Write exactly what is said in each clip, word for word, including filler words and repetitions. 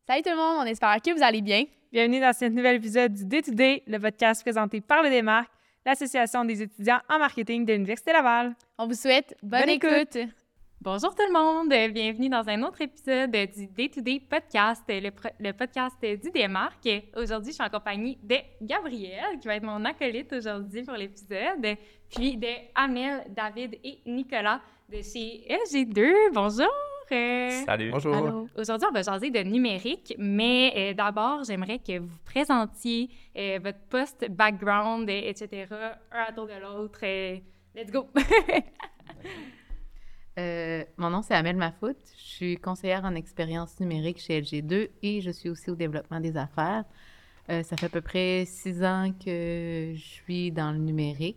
Salut tout le monde, on espère que vous allez bien. Bienvenue dans ce nouvel épisode du Day to Day, le podcast présenté par le Démarque, l'Association des étudiants en marketing de l'Université Laval. On vous souhaite bonne, Bonne écoute. écoute. Bonjour tout le monde, bienvenue dans un autre épisode du Day to Day podcast, le, pro- le podcast du Démarque. Aujourd'hui, je suis en compagnie de Gabrielle, qui va être mon acolyte aujourd'hui pour l'épisode, puis de Amel, David et Nicolas de chez L G deux. Bonjour! Euh, Salut! Bonjour! Allô. Aujourd'hui, on va jaser de numérique, mais euh, d'abord, j'aimerais que vous présentiez euh, votre poste, background, euh, et cetera, un à tour de l'autre. Euh, let's go! Euh, mon nom, c'est Amel Mafout. Je suis conseillère en expérience numérique chez L G deux et je suis aussi au développement des affaires. Euh, ça fait à peu près six ans que je suis dans le numérique.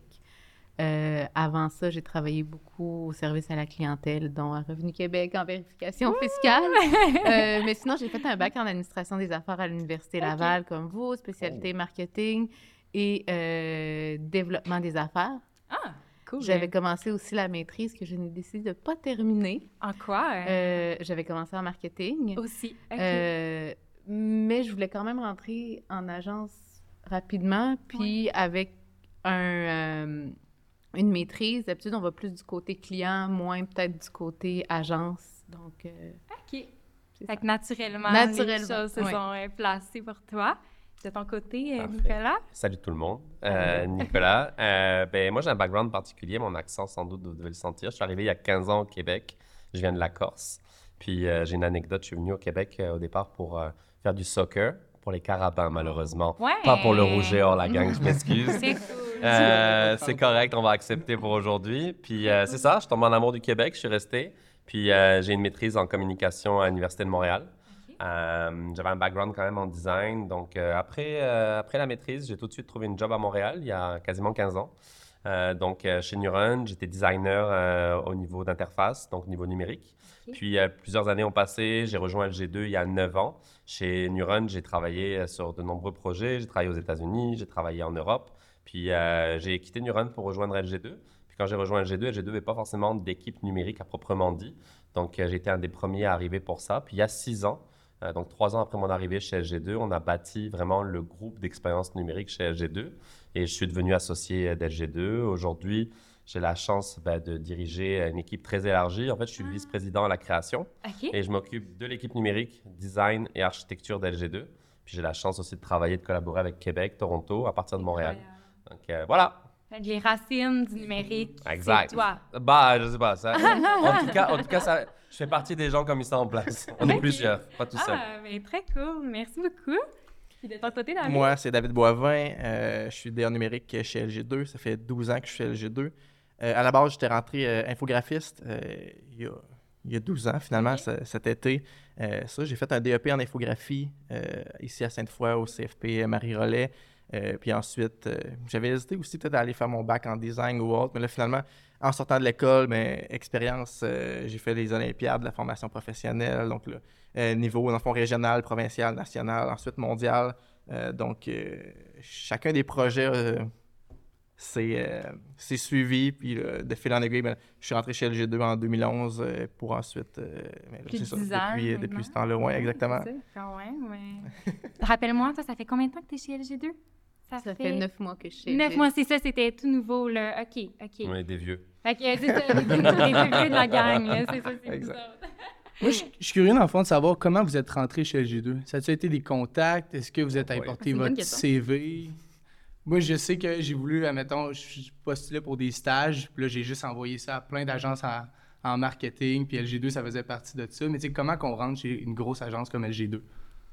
Euh, avant ça, j'ai travaillé beaucoup au service à la clientèle, dont à Revenu Québec en vérification fiscale. Euh, mais sinon, j'ai fait un bac en administration des affaires à l'Université Laval, Ok. comme vous, spécialité marketing et euh, développement des affaires. Ah, cool! J'avais commencé aussi la maîtrise que je n'ai décidé de ne pas terminer. En quoi? euh? Euh, j'avais commencé en marketing, Aussi. OK. euh, mais je voulais quand même rentrer en agence rapidement, puis avec un, euh, une maîtrise. D'habitude, on va plus du côté client, moins peut-être du côté agence. Donc, euh, OK. c'est Fait ça. que naturellement, Naturellement, les choses se oui. sont euh, placées pour toi. De ton côté, euh, Parfait. Nicolas? Salut tout le monde. Euh, Nicolas, euh, ben, moi j'ai un background particulier, mon accent sans doute vous devez le sentir. Je suis arrivé il y a quinze ans au Québec, je viens de la Corse. Puis euh, j'ai une anecdote, je suis venu au Québec euh, au départ pour euh, faire du soccer, pour les carabins malheureusement. Ouais! Pas pour le rouge et or, la gang, je m'excuse. C'est cool! Euh, c'est correct, on va accepter pour aujourd'hui. Puis euh, c'est ça, je tombe en amour du Québec, je suis resté. Puis euh, j'ai une maîtrise en communication à l'Université de Montréal. OK. Euh, j'avais un background quand même en design. Donc euh, après, euh, après la maîtrise, j'ai tout de suite trouvé une job à Montréal il y a quasiment quinze ans. Euh, donc euh, chez Neuron, j'étais designer euh, au niveau d'interface, donc au niveau numérique. Ok. Puis euh, plusieurs années ont passé, j'ai rejoint L G deux il y a neuf ans. Chez Neuron, j'ai travaillé euh, sur de nombreux projets. J'ai travaillé aux États-Unis, j'ai travaillé en Europe. Puis euh, j'ai quitté Neuron pour rejoindre L G deux. Puis quand j'ai rejoint L G deux, L G deux n'avait pas forcément d'équipe numérique à proprement dit. Donc euh, j'ai été un des premiers à arriver pour ça. Puis il y a six ans, euh, donc trois ans après mon arrivée chez L G deux, on a bâti vraiment le groupe d'expérience numérique chez L G deux. Et je suis devenu associé d'L G deux. Aujourd'hui, j'ai la chance ben, de diriger une équipe très élargie. En fait, je suis le vice-président à la création OK. et je m'occupe de l'équipe numérique, design et architecture d'L G deux. Puis j'ai la chance aussi de travailler, de collaborer avec Québec, Toronto, à partir de Montréal. Donc euh, voilà. Fait que les racines du numérique, Exact. c'est toi. Bah, je sais pas. Ça, en tout cas, en tout cas ça, je fais partie des gens qui ont mis ça en place. On est Ok. plusieurs, pas tout seul. Ah, mais très cool. Merci beaucoup. Puis de ton côté, David? Moi, c'est David Boivin. Euh, je suis D A numérique chez L G deux. Ça fait douze ans que je suis chez L G deux. Euh, à la base, j'étais rentré euh, infographiste euh, il, y a, il y a douze ans, finalement, Ok. ce- cet été. Euh, ça, j'ai fait un D E P en infographie euh, ici à Sainte-Foy, au C F P Marie-Rollet. Euh, puis ensuite, euh, j'avais hésité aussi peut-être à aller faire mon bac en design ou autre. Mais là, finalement, en sortant de l'école, mais expérience, euh, j'ai fait les Olympiades, la formation professionnelle. Donc, là, euh, niveau, dans le fond, régional, provincial, national, ensuite mondial. Euh, donc, euh, chacun des projets euh, s'est euh, s'est suivi. Puis, euh, de fil en aiguille, ben, je suis rentré chez L G deux en deux mille onze euh, pour ensuite. euh, ben, là, Plus c'est de ça, dix ans depuis, maintenant. depuis ce temps-là, oui, exactement. C'est ça, quand même, mais... Rappelle-moi, toi, ça fait combien de temps que tu es chez L G deux? Ça fait neuf mois que je suis Neuf mois, c'est ça, c'était tout nouveau, là. OK, OK. On est des vieux. Fait que euh, c'est ça, les les plus vieux de la gang, là. C'est ça, c'est vous Exact. autres. Moi, je je suis curieux, dans le fond, de savoir comment vous êtes rentré chez L G deux. Ça a-tu été des contacts? Est-ce que vous êtes allé Ouais. porter C'est une bonne votre question. C V? Moi, je sais que j'ai voulu, admettons, je postulais pour des stages, puis là, j'ai juste envoyé ça à plein d'agences en, en marketing, puis L G deux, ça faisait partie de ça. Mais tu sais, comment qu'on rentre chez une grosse agence comme L G deux?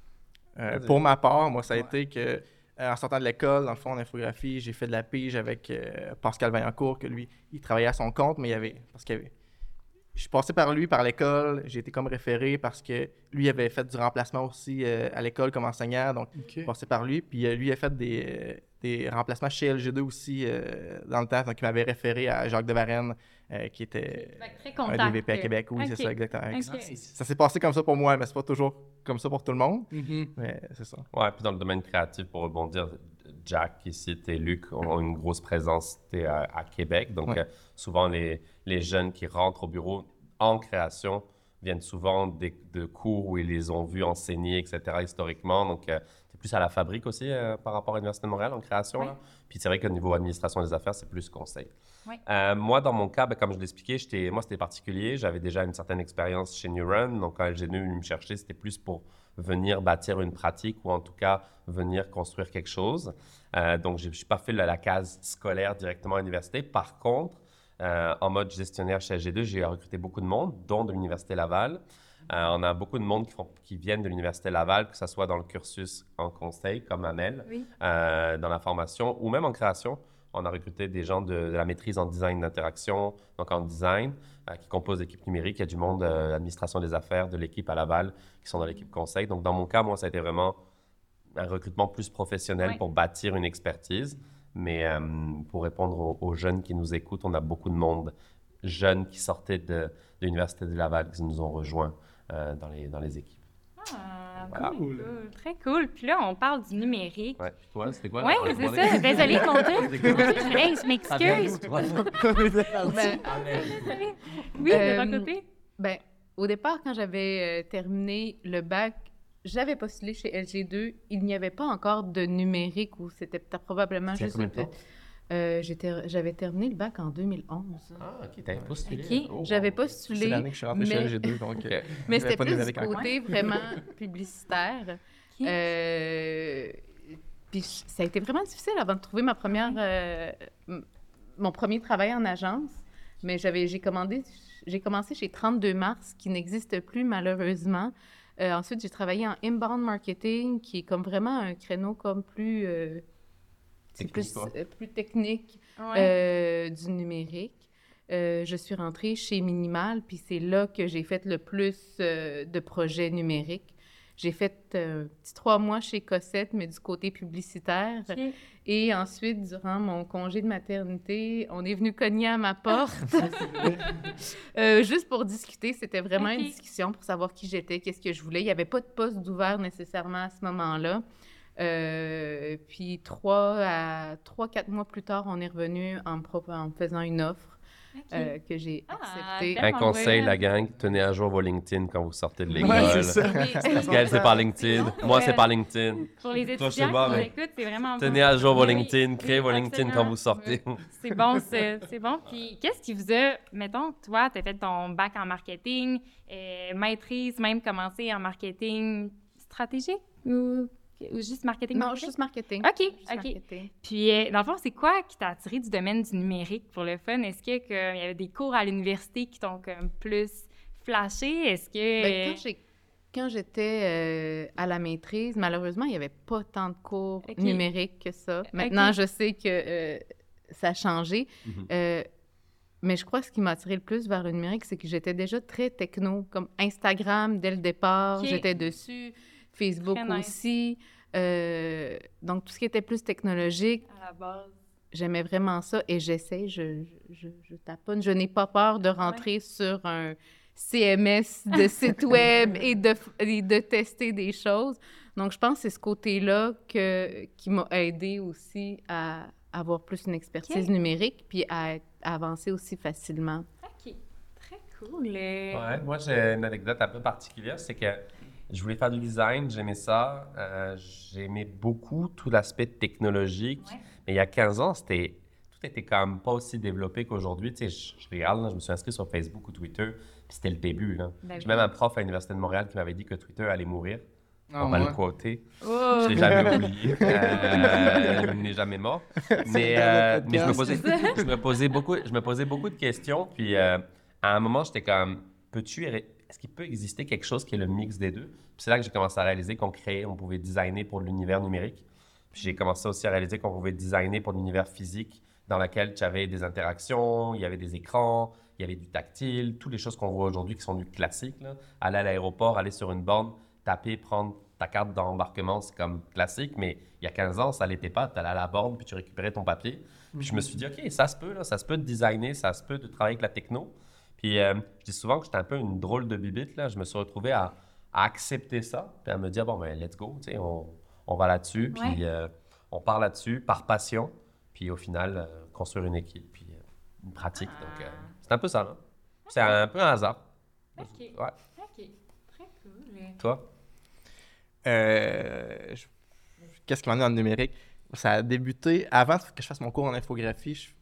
Euh, pour ma part, moi, ça a été que, euh, en sortant de l'école, dans le fond, en infographie, j'ai fait de la pige avec euh, Pascal Vaillancourt, que lui, il travaillait à son compte, mais il y avait. Parce qu'il y avait. Je suis passé par lui, par l'école, j'ai été comme référé parce que lui avait fait du remplacement aussi euh, à l'école comme enseignant, donc je suis passé par lui. Puis euh, lui a fait des, euh, des remplacements chez L G deux aussi euh, dans le temps, donc il m'avait référé à Jacques de Varenne, euh, qui était Fait que très un contact. des V P à Québec. Oui, Ok. c'est ça, exactement. Ok. Ça s'est passé comme ça pour moi, mais c'est pas toujours comme ça pour tout le monde. Mhm. Mais c'est ça. Ouais, puis dans le domaine créatif, pour rebondir, Jack ici et Luc ont une grosse présence t'sais, à, à Québec. Donc, Ouais. euh, souvent, les, les jeunes qui rentrent au bureau en création viennent souvent des, de cours où ils les ont vus enseigner, et cetera, historiquement. Donc, euh, c'est plus à la fabrique aussi euh, par rapport à l'Université de Montréal en création. Oui. Là. Puis c'est vrai qu'au niveau administration des affaires, c'est plus conseil. Oui. Euh, moi, dans mon cas, ben, comme je l'expliquais, j'étais, moi, c'était particulier. J'avais déjà une certaine expérience chez Neuron. Donc, quand L G deux est venu me chercher, c'était plus pour venir bâtir une pratique ou en tout cas venir construire quelque chose. Euh, donc, je n'ai pas fait la, la case scolaire directement à l'université. Par contre, euh, en mode gestionnaire chez L G deux, j'ai recruté beaucoup de monde, dont de l'Université Laval. Euh, on a beaucoup de monde qui, font, qui viennent de l'Université Laval, que ce soit dans le cursus en conseil, comme Amel, Oui. euh, dans la formation, ou même en création. On a recruté des gens de, de la maîtrise en design d'interaction, donc en design, euh, qui composent l'équipe numérique. Il y a du monde de euh, l'administration des affaires, de l'équipe à Laval, qui sont dans l'équipe conseil. Donc, dans mon cas, moi, ça a été vraiment un recrutement plus professionnel Oui. pour bâtir une expertise. Mais euh, pour répondre aux, aux jeunes qui nous écoutent, on a beaucoup de monde jeunes qui sortaient de, de l'Université de Laval, qui nous ont rejoints euh, dans, les, dans les équipes. Ah, Voilà. cool, cool, très cool. Puis là, on parle du numérique. Ouais. Puis toi, c'était quoi? Oui, On a c'est demandé. ça. Désolée, Quentin. Hey, je m'excuse. Ben, Oui, de Euh, ton côté? ben, au départ, quand j'avais euh, terminé le bac, j'avais postulé chez L G deux. Il n'y avait pas encore de numérique ou c'était peut-être probablement C'était il y a juste... combien de temps? Euh, j'étais- j'avais terminé le bac en deux mille onze. Ah, OK, t'avais postulé. OK. Oh, J'avais wow. postulé, C'est l'année que je suis rentrée chez mais- L G deux, donc OK. euh, mais j'avais c'était pas de plus du numérique encore. côté vraiment publicitaire. OK. Euh, puis ça a été vraiment difficile avant de trouver ma première, euh, m- mon premier travail en agence. Mais j'avais, j'ai commandé, j'ai commencé chez trente-deux mars, qui n'existe plus malheureusement. Euh, ensuite, j'ai travaillé en inbound marketing, qui est comme vraiment un créneau comme plus, euh, c'est Technique, plus, quoi. euh, plus technique Ouais. euh, du numérique. Euh, je suis rentrée chez Minimal, puis c'est là que j'ai fait le plus euh, de projets numériques. J'ai fait euh, un petit trois mois chez Cossette, mais du côté publicitaire. OK. Et ensuite, durant mon congé de maternité, on est venu cogner à ma porte. Euh, juste pour discuter. C'était vraiment OK. une discussion pour savoir qui j'étais, qu'est-ce que je voulais. Il n'y avait pas de poste d'ouvert nécessairement à ce moment-là. Euh, puis trois à trois, quatre mois plus tard, on est revenu en, me pro- en me faisant une offre OK. euh, que j'ai Ah, acceptée. tellement Un conseil, bonne. la gang, tenez à jour vos LinkedIn quand vous sortez de l'école. Ouais, c'est ça. Oui, Parce qu'elle, c'est par LinkedIn. Moi, c'est par LinkedIn. pour les Toi, je sais étudiants pas, qui nous mais écoutent, c'est vraiment Tenez bon. à jour vos Oui, LinkedIn. Créez oui, vos LinkedIn quand absolument. vous sortez. C'est bon, c'est c'est bon. Puis qu'est-ce qui vous a, mettons, toi, tu as fait ton bac en marketing, euh, maîtrise, même commencé en marketing stratégique ou, ou juste marketing? Non, marketing? juste marketing. OK, Juste OK. marketing. Puis, euh, dans le fond, c'est quoi qui t'a attiré du domaine du numérique pour le fun? Est-ce que, que, il y avait des cours à l'université qui t'ont comme plus flashé? Est-ce que... Ben, quand j'ai- quand j'étais euh, à la maîtrise, malheureusement, il n'y avait pas tant de cours Ok. numériques que ça. Maintenant, Ok. je sais que euh, ça a changé. Mhm. Euh, mais je crois que ce qui m'a attiré le plus vers le numérique, c'est que j'étais déjà très techno, comme Instagram dès le départ, Ok. j'étais dessus, Facebook Très nice. aussi. Euh, donc, tout ce qui était plus technologique, à la base. j'aimais vraiment ça et j'essaie, je, je, je taponne. Je n'ai pas peur de rentrer sur un C M S de site web et de, et de tester des choses. Donc, je pense que c'est ce côté-là que, qui m'a aidé aussi à avoir plus une expertise Ok. numérique puis à, à avancer aussi facilement. OK. Très cool. euh. Ouais, moi, j'ai une anecdote un peu particulière. C'est que je voulais faire du design, j'aimais ça. Euh, j'aimais beaucoup tout l'aspect technologique. Ouais. Mais il y a quinze ans, c'était, tout était quand même pas aussi développé qu'aujourd'hui. Tu sais, je, je regarde, là, je me suis inscrit sur Facebook ou Twitter, puis c'était le début. Là. Ben J'ai oui. même un prof à l'Université de Montréal qui m'avait dit que Twitter allait mourir. Ah, On va ouais. le quoter. Oh! Je l'ai jamais oublié. Euh, il n'est jamais mort. Mais, euh, mais je, me posais, je, me posais beaucoup, je me posais beaucoup de questions. Puis euh, à un moment, j'étais comme, peux-tu, est-ce qu'il peut exister quelque chose qui est le mix des deux? Puis c'est là que j'ai commencé à réaliser qu'on créait, on pouvait designer pour l'univers numérique. Puis j'ai commencé aussi à réaliser qu'on pouvait designer pour l'univers physique dans lequel tu avais des interactions, il y avait des écrans, il y avait du tactile, toutes les choses qu'on voit aujourd'hui qui sont du classique. Là. Aller à l'aéroport, aller sur une borne, taper, prendre ta carte d'embarquement, c'est comme classique, mais il y a quinze ans, ça l'était pas. Tu allais à la borne, puis tu récupérais ton papier. Puis je me suis dit, OK, ça se peut, là, ça se peut de designer, ça se peut de travailler avec la techno. Puis euh, je dis souvent que j'étais un peu une drôle de bibite, là. Je me suis retrouvé à, à accepter ça, puis à me dire, bon, ben, let's go, tu sais, on, on va là-dessus, puis Ouais. euh, on part là-dessus par passion, puis au final, euh, construire une équipe, puis euh, une pratique. Donc, euh, c'est un peu ça, là. C'est un peu un hasard. OK. Ouais. OK. Très cool. Toi? Euh, je- Qu'est-ce qui m'a amené dans le numérique? Ça a débuté avant que je fasse mon cours en infographie. Je-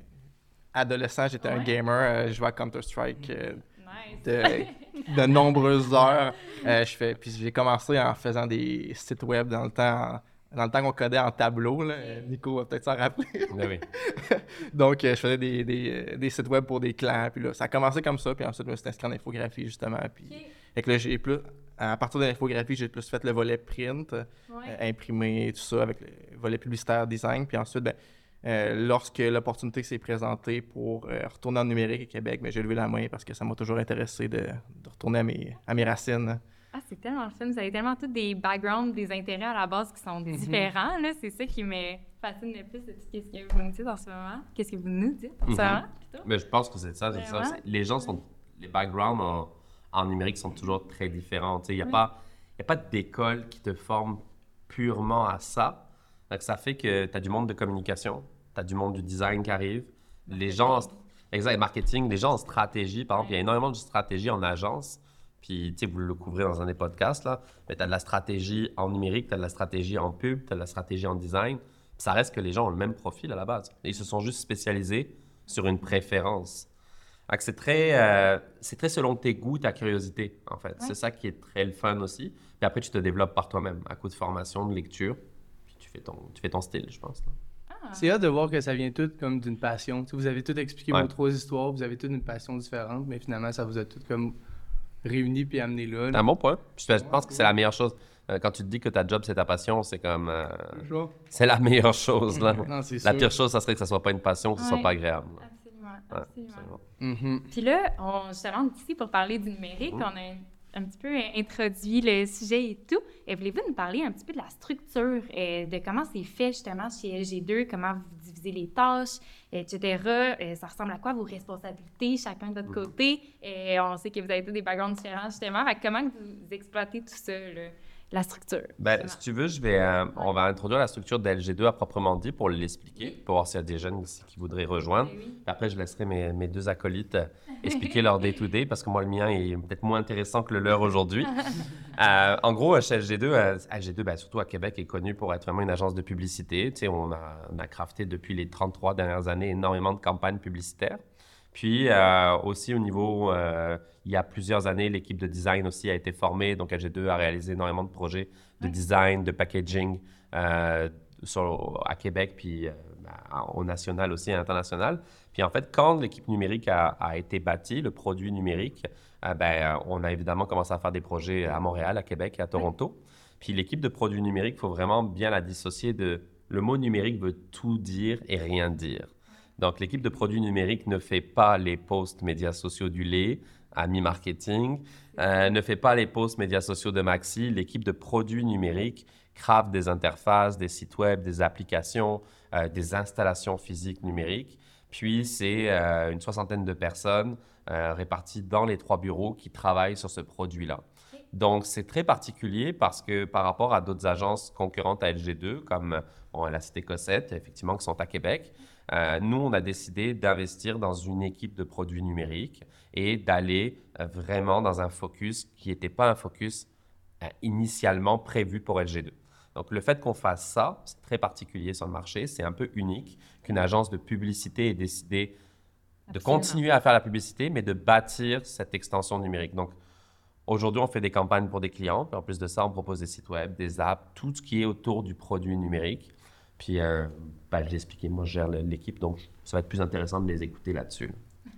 Adolescent, j'étais un Ouais. gamer. euh, je jouais à Counter-Strike euh, Nice. de, de nombreuses heures. Euh, je fais, puis j'ai commencé en faisant des sites web dans le temps, dans le temps qu'on codait en tableau. Là. Nico va peut-être s'en rappeler. Ben oui. Donc, euh, je faisais des, des, euh, des sites web pour des clans. Puis là, ça a commencé comme ça. Puis ensuite, je me suis inscrit en infographie, justement. Puis, OK. fait que là, j'ai plus, à partir de l'infographie, j'ai plus fait le volet print, euh, Ouais. imprimé, tout ça, avec le volet publicitaire, design. Puis ensuite, ben, euh, lorsque l'opportunité s'est présentée pour euh, retourner en numérique à Québec, ben, j'ai levé la main parce que ça m'a toujours intéressé de, de retourner à mes, à mes racines. Ah, c'est tellement le fun. Vous avez tellement tous des backgrounds, des intérêts à la base qui sont différents. Là. C'est ça qui me fascine le plus de tout ce que vous nous dites en ce moment. Qu'est-ce que vous nous dites en ce Mhm. moment, plutôt? Mais je pense que c'est ça, c'est ça. Vraiment? C'est- Les gens sont, les backgrounds en, en numérique sont toujours très différents. Il n'y a, Oui. pas- y a pas d'école qui te forme purement à ça. Donc, ça fait que tu as du monde de communication, tu as du monde du design qui arrive. Les gens, en, exact, marketing, les gens en stratégie, par exemple, il y a énormément de stratégie en agence. Puis, tu sais, vous le couvrez dans un des podcasts, là. Mais tu as de la stratégie en numérique, tu as de la stratégie en pub, tu as de la stratégie en design. Puis ça reste que les gens ont le même profil à la base. Et ils se sont juste spécialisés sur une préférence. Donc, c'est très, euh, c'est très selon tes goûts, ta curiosité, en fait. C'est ça qui est très le fun aussi. Puis après, tu te développes par toi-même, à coup de formation, de lecture. Puis tu fais ton, tu fais ton style, je pense. Là. Ah. C'est hâte de voir que ça vient tout comme d'une passion. Tu sais, vous avez tout expliqué Ouais. vos trois histoires, vous avez toutes une passion différente, mais finalement, ça vous a tout comme réunis puis amenés là. C'est un bon point. Puis je pense que c'est la meilleure chose. Euh, Quand tu te dis que ta job, c'est ta passion, c'est comme... euh, Genre. c'est la meilleure chose, là. Non, c'est La sûr. pire chose, ça serait que ça soit pas une passion, que ce soit Ouais. pas agréable. là. Absolument, Ouais, absolument. absolument. Mhm. Puis là, on, justement, ici pour parler du numérique, on a un, un petit peu introduit le sujet et tout. Et voulez-vous nous parler un petit peu de la structure, et de comment c'est fait justement chez L G deux, comment vous divisez les tâches, et cetera. Et ça ressemble à quoi vos responsabilités, chacun de votre côté? Et on sait que vous avez tous des backgrounds différents justement. Fait que comment que vous exploitez tout ça, là, la structure? Ben, justement? si tu veux, je vais, euh, on va introduire la structure de L G deux à proprement dit pour l'expliquer, pour voir s'il y a des jeunes ici qui voudraient rejoindre. Eh oui. Puis après, je laisserai mes, mes deux acolytes euh, expliquer leur day-to-day parce que moi, le mien est peut-être moins intéressant que le leur aujourd'hui. Euh, en gros, chez L G deux, euh, L G deux, ben, surtout à Québec, est connu pour être vraiment une agence de publicité. Tu sais, on a, on a crafté depuis les trente-trois dernières années énormément de campagnes publicitaires. Puis euh, aussi au niveau, euh, il y a plusieurs années, l'équipe de design aussi a été formée. Donc L G deux a réalisé énormément de projets de design, de packaging euh, sur, à Québec, puis euh, ben, au national aussi et international. Puis en fait, quand l'équipe numérique a, a été bâtie, le produit numérique, euh, ben, on a évidemment commencé à faire des projets à Montréal, à Québec et à Toronto. Puis l'équipe de produits numériques, il faut vraiment bien la dissocier de... Le mot numérique veut tout dire et rien dire. Donc, l'équipe de produits numériques ne fait pas les posts médias sociaux du lait, Ami Marketing, euh, ne fait pas les posts médias sociaux de Maxi. L'équipe de produits numériques craft des interfaces, des sites web, des applications, euh, des installations physiques numériques. Puis, c'est euh, une soixantaine de personnes euh, réparties dans les trois bureaux qui travaillent sur ce produit-là. Donc, c'est très particulier parce que par rapport à d'autres agences concurrentes à L G deux, comme bon, la Cité Cossette, effectivement, qui sont à Québec, euh, nous, on a décidé d'investir dans une équipe de produits numériques et d'aller euh, vraiment dans un focus qui n'était pas un focus euh, initialement prévu pour L G deux. Donc, le fait qu'on fasse ça, c'est très particulier sur le marché. C'est un peu unique qu'une agence de publicité ait décidé de Absolument. continuer à faire la publicité, mais de bâtir cette extension numérique. Donc, aujourd'hui, on fait des campagnes pour des clients. Puis en plus de ça, on propose des sites web, des apps, tout ce qui est autour du produit numérique. Puis, euh, ben, je l'ai expliqué, moi, je gère le- l'équipe, donc ça va être plus intéressant de les écouter là-dessus.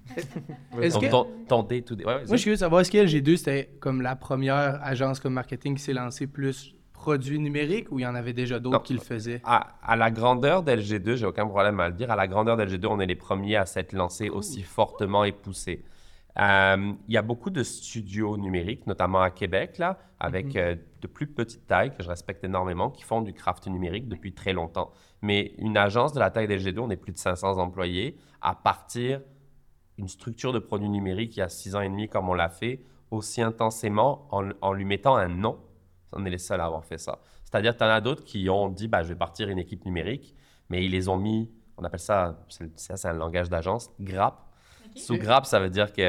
Est-ce Donc, que- ton, ton day to day. Ouais, Moi, je suis curieux de savoir, est-ce que L G deux, c'était comme la première agence comme marketing qui s'est lancée plus produits numériques ou il y en avait déjà d'autres Non. qui le faisaient? À, à la grandeur d'L G deux, j'ai aucun problème à le dire, à la grandeur d'L G deux, on est les premiers à s'être lancés aussi fortement et poussés. Euh, il y a beaucoup de studios numériques, notamment à Québec, là, avec euh, de plus petites tailles que je respecte énormément, qui font du craft numérique depuis très longtemps. Mais une agence de la taille d'L G deux, on est plus de cinq cents employés, à partir d'une structure de produits numériques il y a six ans et demi, comme on l'a fait, aussi intensément en, en lui mettant un nom. On est les seuls à avoir fait ça. C'est-à-dire que tu en as d'autres qui ont dit bah, « je vais partir une équipe numérique », mais ils les ont mis, on appelle ça, c'est, ça c'est un langage d'agence, grappe. Sous grappe, ça veut dire que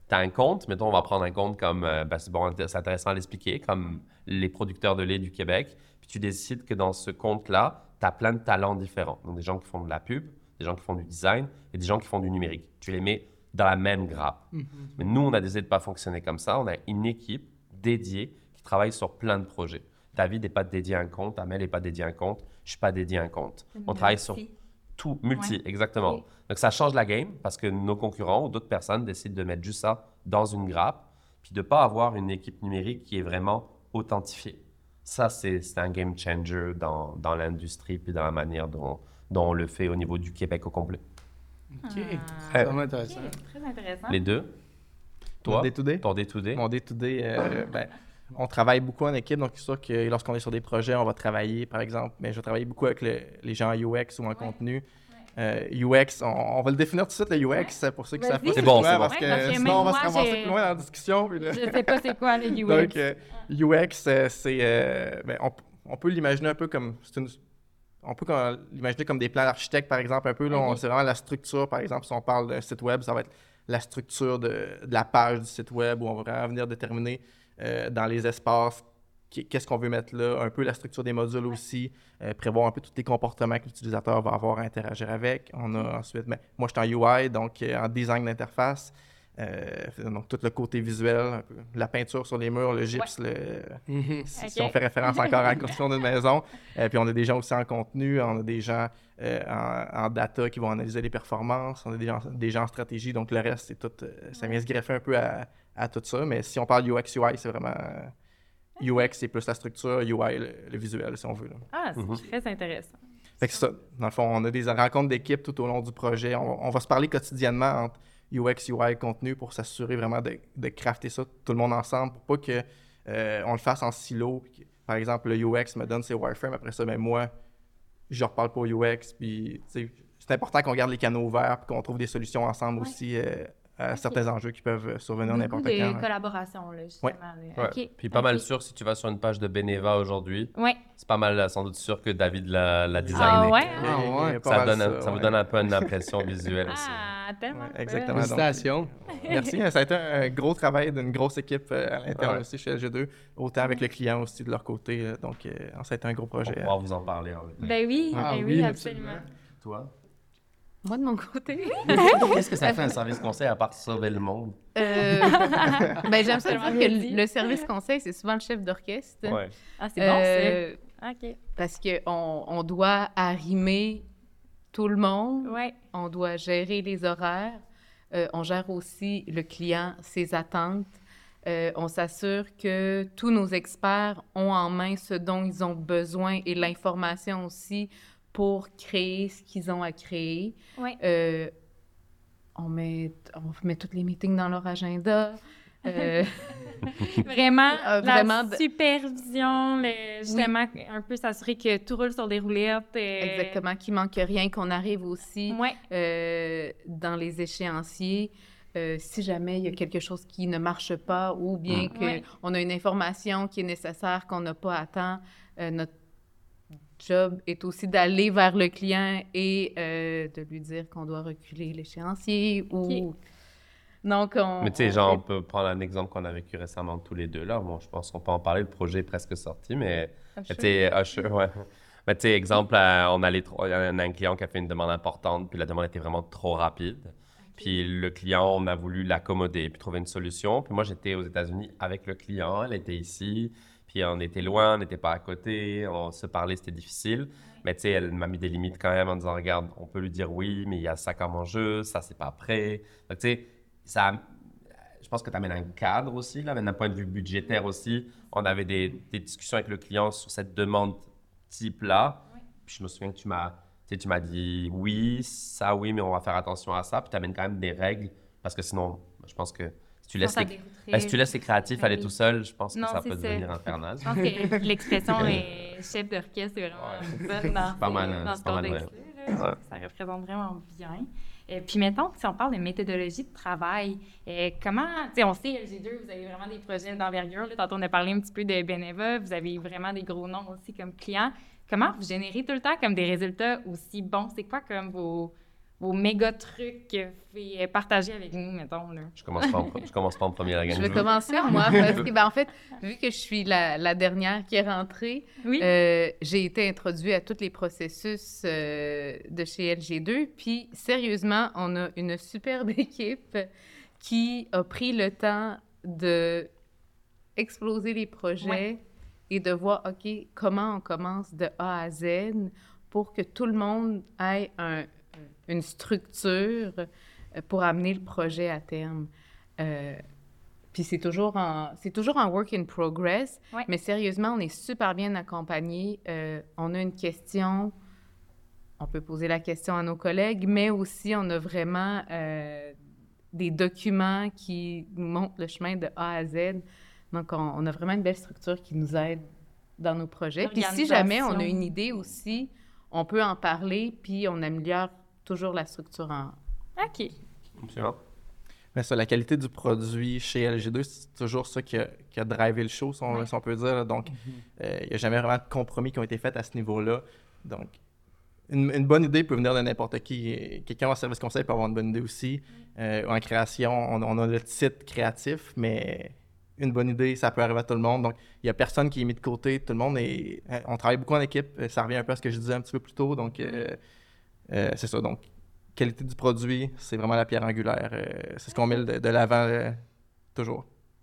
tu as un compte, mettons, on va prendre un compte comme, euh, ben, c'est bon, c'est intéressant à l'expliquer, comme les producteurs de lait du Québec. Puis tu décides que dans ce compte-là, tu as plein de talents différents. Donc, des gens qui font de la pub, des gens qui font du design et des gens qui font du numérique. Tu les mets dans la même grappe. Mhm. Mais nous, on a décidé de ne pas fonctionner comme ça. On a une équipe dédiée qui travaille sur plein de projets. David n'est pas dédié à un compte, Amel n'est pas dédié à un compte, je ne suis pas dédié à un compte. On travaille sur tout, multi, Ouais. exactement. Ok. Donc, ça change la game parce que nos concurrents ou d'autres personnes décident de mettre juste ça dans une grappe puis de ne pas avoir une équipe numérique qui est vraiment authentifiée. Ça, c'est c'est un game changer dans, dans l'industrie puis dans la manière dont, dont on le fait au niveau du Québec au complet. OK. Ah. C'est vraiment intéressant. Ok, très intéressant. Les deux? Mon Toi? day-to-day? Ton day-to-day? Mon day-to-day, euh, ben, on travaille beaucoup en équipe, donc c'est sûr que lorsqu'on est sur des projets, on va travailler, par exemple, mais je vais travailler beaucoup avec le- les gens en U X ou en contenu. Euh, U X, on, on va le définir tout de suite, le U X, pour ceux qui Vas-y. savent pas C'est bon, quoi, c'est bon. parce Ouais, que parce que sinon même on va moi, se ramasser j'ai- plus loin dans la discussion. puis là- Je sais pas c'est quoi le U X. Donc, euh, U X, euh, c'est, euh, ben, on, on peut l'imaginer un peu comme, c'est une- on peut comme- l'imaginer comme des plans d'architecte, par exemple, un peu. Là, on- Ok. c'est vraiment la structure, par exemple, si on parle d'un site web, ça va être la structure de, de la page du site web, où on va vraiment venir déterminer euh, dans les espaces qui- qu'est-ce qu'on veut mettre là, un peu la structure des modules aussi, euh, prévoir un peu tous les comportements que l'utilisateur va avoir à interagir avec. On a ensuite, ben, moi je suis en U I, donc euh, en design d'interface, euh, donc tout le côté visuel, un peu, la peinture sur les murs, le gypse, le, Mhm. si, Ok. si on fait référence encore à la construction d'une maison. Euh, puis on a des gens aussi en contenu, on a des gens euh, en, en data qui vont analyser les performances, on a des gens, des gens en stratégie, donc le reste, c'est tout, euh, ça vient se greffer un peu à, à tout ça. Mais si on parle U X U I, c'est vraiment euh, U X, c'est plus la structure, U I, le, le visuel, si on veut. Là. Ah, c'est Mhm. très intéressant. Fait que c'est ça. Dans le fond, on a des rencontres d'équipe tout au long du projet. On, on va se parler quotidiennement entre U X, U I, contenu pour s'assurer vraiment de, de crafter ça tout le monde ensemble pour pas que euh, on le fasse en silo. Puis que, par exemple, le U X me donne ses wireframes. Après ça, ben moi, je reparle pas au U X. Puis, tu sais, c'est important qu'on garde les canaux ouverts et qu'on trouve des solutions ensemble Ouais. aussi euh, à Ok. certains enjeux qui peuvent survenir Beaucoup n'importe de quand. hein. collaboration, là, justement. là. Ouais. OK. Puis pas mal OK. sûr, si tu vas sur une page de Beneva aujourd'hui, Ouais. c'est pas mal euh, sans doute sûr que David l'a, l'a designé. Ah ouais? Il y a- il y a- il y a ouais. pas Ça, mal donne un- ça vous ouais. donne un peu une impression visuelle aussi. Ah, tellement. Ouais, fun. exactement. donc, Félicitations. Merci. Ça a été un gros travail d'une grosse équipe euh, à l'intérieur Ouais. aussi chez L G deux, autant avec le client aussi de leur côté. euh, Donc, euh, ça a été un gros On projet. pourra vous en parler. en fait. Ben oui, Ah ben oui, oui, absolument. absolument. Toi? Moi, de mon côté, Qu'est-ce que ça fait un service conseil à part sauver le monde? euh, ben, j'aime ça Tellement dire que bien dit. le le service conseil, c'est souvent le chef d'orchestre. Ouais. Ah, c'est bon, Euh, ça. OK. Parce qu'on on doit arrimer tout le monde, Ouais. on doit gérer les horaires, euh, on gère aussi le client, ses attentes. Euh, on s'assure que tous nos experts ont en main ce dont ils ont besoin et l'information aussi pour créer ce qu'ils ont à créer. Ouais. Euh, on, met, on met tous les meetings dans leur agenda. Euh, Vraiment, Euh, la vraiment de- supervision, le- justement, un peu s'assurer que tout roule sur des roulettes. euh, Exactement, qu'il manque rien, qu'on arrive aussi Ouais. euh, dans les échéanciers. Euh, si jamais il y a quelque chose qui ne marche pas ou bien Mm. qu'on Ouais. a une information qui est nécessaire, qu'on n'a pas à temps, euh, notre job est aussi d'aller vers le client et euh, de lui dire qu'on doit reculer l'échéancier ou... Donc, on... Mais tu sais, on genre, fait- on peut prendre un exemple qu'on a vécu récemment tous les deux là. Bon, je pense qu'on peut en parler, le projet est presque sorti, mais Ah, tu sais, Usher, ouais. Mais tu sais, exemple, euh, on, allait trop- on a un client qui a fait une demande importante, puis la demande était vraiment trop rapide. Puis le client, on a voulu l'accommoder, puis trouver une solution. Puis moi, j'étais aux États-Unis avec le client, elle était ici, puis on était loin, on n'était pas à côté, on se parlait, c'était difficile. Mais tu sais, elle m'a mis des limites quand même en disant, regarde, on peut lui dire oui, mais il y a ça comme enjeu, ça, c'est pas prêt. Donc tu sais, ça, je pense que tu amènes un cadre aussi, là, mais d'un point de vue budgétaire aussi. On avait des, des discussions avec le client sur cette demande type-là. Puis je me souviens que tu m'as, tu sais, tu m'as dit oui, ça oui, mais on va faire attention à ça. Puis tu amènes quand même des règles pense que sinon, je pense que si tu laisses, Ça les, dérouterait. ben, si tu laisses les créatifs Ben aller oui. tout seul, je pense que Non, ça c'est peut ça. devenir infernal. Je pense que l'expression est chef d'orchestre, c'est vraiment bonne dans, C'est pas mal, hein, dans c'est ce pas mal contexte-là. là. Ça représente vraiment bien. Et puis, mettons, si on parle de méthodologie de travail, euh, comment, tu sais, on sait, L G deux, vous avez vraiment des projets d'envergure. Là. Tantôt, on a parlé un petit peu de Beneva, vous avez vraiment des gros noms aussi comme clients. Comment vous générez tout le temps comme des résultats aussi bons? C'est quoi comme vos, vos méga trucs que vous pouvez partager avec nous, mettons, là. Je commence pas en, pre- je commence pas en premier à la gang. Je vais commencer, moi, parce que, ben, en fait, vu que je suis la, la dernière qui est rentrée, Oui. euh, j'ai été introduite à tous les processus euh, de chez L G deux. Puis, sérieusement, on a une superbe équipe qui a pris le temps de exploser les projets Ouais. et de voir, OK, comment on commence de A à Z pour que tout le monde ait un, une structure euh, pour amener le projet à terme. Euh, puis c'est toujours en c'est toujours en work in progress, Ouais. mais sérieusement, on est super bien accompagnés. Euh, on a une question, on peut poser la question à nos collègues, mais aussi on a vraiment euh, des documents qui nous montrent le chemin de A à Z. Donc, on, on a vraiment une belle structure qui nous aide dans nos projets. Puis si jamais on a une idée aussi, on peut en parler, puis on améliore toujours la structure en... OK. Absolument. Mais ça, la qualité du produit chez L G deux, c'est toujours ça qui a, qui a drivé le show, si on, Ouais. si on peut dire. là. Donc, euh, il n'y a jamais vraiment de compromis qui ont été faits à ce niveau-là. Donc, une, une bonne idée peut venir de n'importe qui. Quelqu'un en service conseil peut avoir une bonne idée aussi. Euh, en création, on, on a le titre créatif, mais une bonne idée, ça peut arriver à tout le monde. Donc, il n'y a personne qui est mis de côté. Tout le monde est... On travaille beaucoup en équipe. Ça revient un peu à ce que je disais un petit peu plus tôt. Donc, euh, euh, c'est ça. Donc, qualité du produit, c'est vraiment la pierre angulaire. Euh, c'est ce qu'on met de, de l'avant euh, toujours.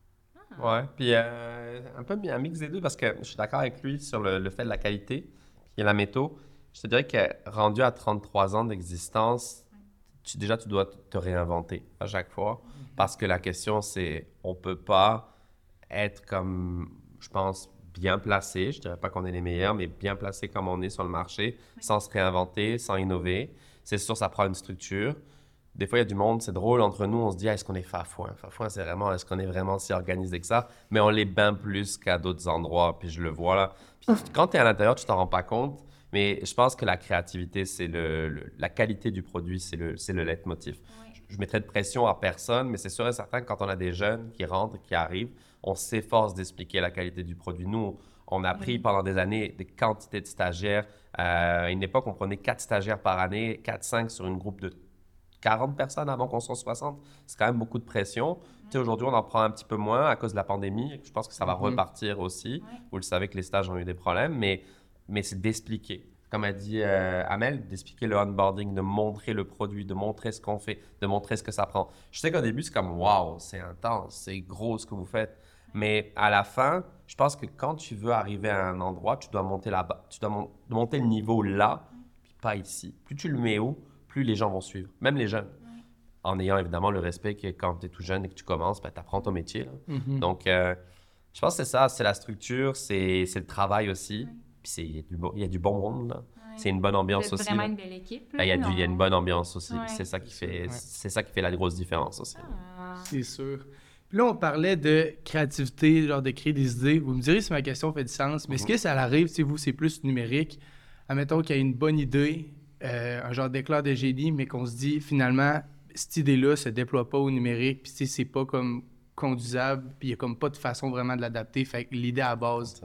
Ouais, puis euh, un peu un mix des deux parce que je suis d'accord avec lui sur le, le fait de la qualité et la métaux. Je te dirais que rendu à trente-trois ans d'existence, tu, déjà tu dois te réinventer à chaque fois parce que la question c'est on peut pas être comme, je pense, bien placé. Je dirais pas qu'on est les meilleurs, mais bien placé comme on est sur le marché sans se réinventer, sans innover. C'est sûr, ça prend une structure. Des fois, il y a du monde, c'est drôle, entre nous, on se dit, ah, est-ce qu'on est fafouin? Fafouin, c'est vraiment, est-ce qu'on est vraiment si organisé que ça? Mais on l'est bien plus qu'à d'autres endroits, puis je le vois là. Puis quand tu es à l'intérieur, tu t'en rends pas compte, mais je pense que la créativité, c'est le, le- la qualité du produit, c'est le, c'est le leitmotiv. Je, je mettrais de pression à personne, mais c'est sûr et certain que quand on a des jeunes qui rentrent, qui arrivent, on s'efforce d'expliquer la qualité du produit. Nous, on a pris pendant des années des quantités de stagiaires. Euh, à une époque, on prenait quatre stagiaires par année, quatre cinq sur une groupe de quarante personnes avant qu'on soit soixante. C'est quand même beaucoup de pression. Tu sais, aujourd'hui, on en prend un petit peu moins à cause de la pandémie. Je pense que ça va repartir aussi. Vous le savez que les stages ont eu des problèmes, mais, mais c'est d'expliquer. Comme a dit euh, Amel, d'expliquer le onboarding, de montrer le produit, de montrer ce qu'on fait, de montrer ce que ça prend. Je sais qu'au début, c'est comme « wow, c'est intense, c'est gros ce que vous faites ». Mais à la fin, je pense que quand tu veux arriver à un endroit, tu dois monter là-bas. Tu dois mon- monter le niveau là, puis pas ici. Plus tu le mets haut, plus les gens vont suivre, même les jeunes. En ayant évidemment le respect que quand tu es tout jeune et que tu commences, ben, tu apprends ton métier. Là. Mhm. Donc, euh, je pense que c'est ça, c'est la structure, c'est c'est le travail aussi. Puis c'est- il y, a du bon- il y a du bon monde, là. C'est une bonne Vous ambiance êtes aussi. vraiment là. une belle équipe. Ben, Il y, a du- il y a une bonne ambiance aussi. Ouais. C'est ça qui fait, Ouais. c'est ça qui fait la grosse différence aussi. Ah. C'est sûr. Puis là, on parlait de créativité, genre de créer des idées. Vous me direz si ma question fait du sens, mais est-ce que ça arrive, si vous, c'est plus numérique, admettons qu'il y a une bonne idée, euh, un genre d'éclair de génie, mais qu'on se dit, finalement, cette idée-là se déploie pas au numérique, puis tu sais, c'est pas comme conduisable, puis il y a comme pas de façon vraiment de l'adapter, fait que l'idée à base...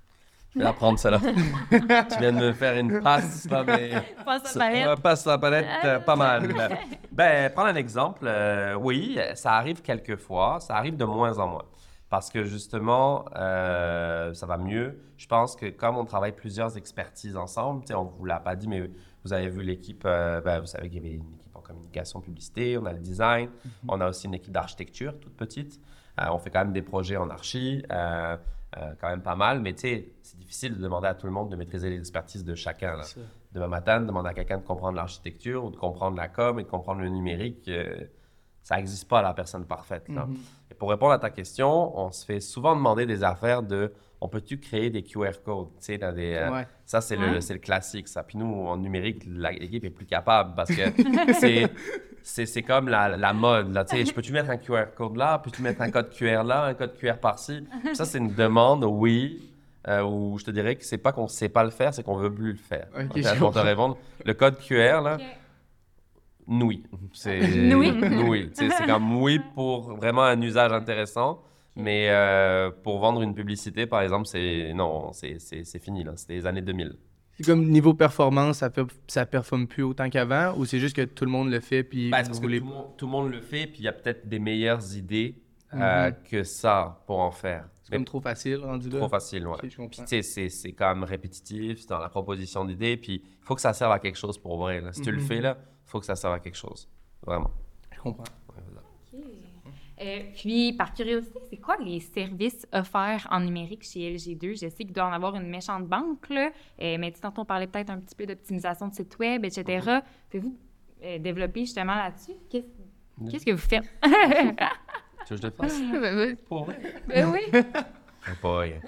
Je vais la prendre, celle-là. Tu viens de me faire une passe, là, mais... Passe Ça- la palette. ouais, passe la palette, euh, pas mal. Ben, prendre un exemple, euh, oui, ça arrive quelquefois, ça arrive de moins en moins. Parce que justement, euh, ça va mieux. Je pense que comme on travaille plusieurs expertises ensemble, tu sais, on ne vous l'a pas dit, mais vous avez vu l'équipe, euh, ben, vous savez qu'il y avait une équipe en communication, publicité, on a le design, on a aussi une équipe d'architecture toute petite. Euh, on fait quand même des projets en archi. euh, Euh, quand même pas mal, mais tu sais, c'est difficile de demander à tout le monde de maîtriser l'expertise de chacun. Là. Ça. Demain matin, demander à quelqu'un de comprendre l'architecture ou de comprendre la com et de comprendre le numérique, euh, ça n'existe pas la personne parfaite. Là. Mhm. Et pour répondre à ta question, on se fait souvent demander des affaires de on peut-tu créer des Q R codes, tu sais, dans des... euh, Ouais. Ça, c'est Ouais. le, c'est le classique, ça. Puis nous, en numérique, la- l'équipe est plus capable parce que c'est, c'est, c'est comme la, la mode, là. Tu sais, je peux-tu mettre un Q R code là, peux-tu mettre un code Q R là, un code Q R par-ci? Puis ça, c'est une demande, oui, euh, où je te dirais que c'est pas qu'on sait pas le faire, c'est qu'on veut plus le faire. Ok, Ok, je pour te comprends. répondre, le code Q R, là, Ok. oui. C'est, Oui. oui. Tu sais, c'est comme oui pour vraiment un usage intéressant. Mais euh, pour vendre une publicité, par exemple, c'est non, c'est, c'est, c'est fini, là. C'était les années deux mille. C'est comme niveau performance, ça, per- ça performe plus autant qu'avant ou c'est juste que tout le monde le fait puis Ben, c'est vous parce que voulez... tout le, monde, tout le monde le fait, puis il y a peut-être des meilleures idées euh, que ça pour en faire. C'est comme trop facile rendu là? Trop facile, ouais. Ok, je Puis comprends. tu sais, c'est, c'est quand même répétitif, c'est dans la proposition d'idées, puis il faut que ça serve à quelque chose pour vrai. Là. Si tu le Mhm. fais, là, il faut que ça serve à quelque chose. Vraiment. Je comprends. Ouais, voilà. OK. Euh, puis, par curiosité, c'est quoi les services offerts en numérique chez L G deux? Je sais qu'il doit en avoir une méchante banque, là, euh, mais tu sais, tantôt, on parlait peut-être un petit peu d'optimisation de site web, et cetera. Pouvez-vous euh, développer justement là-dessus? Qu'est-ce, qu'est-ce que vous faites? Tu veux que je le fasse? Ben oui. Pour vrai? Ben oui! Pas rien.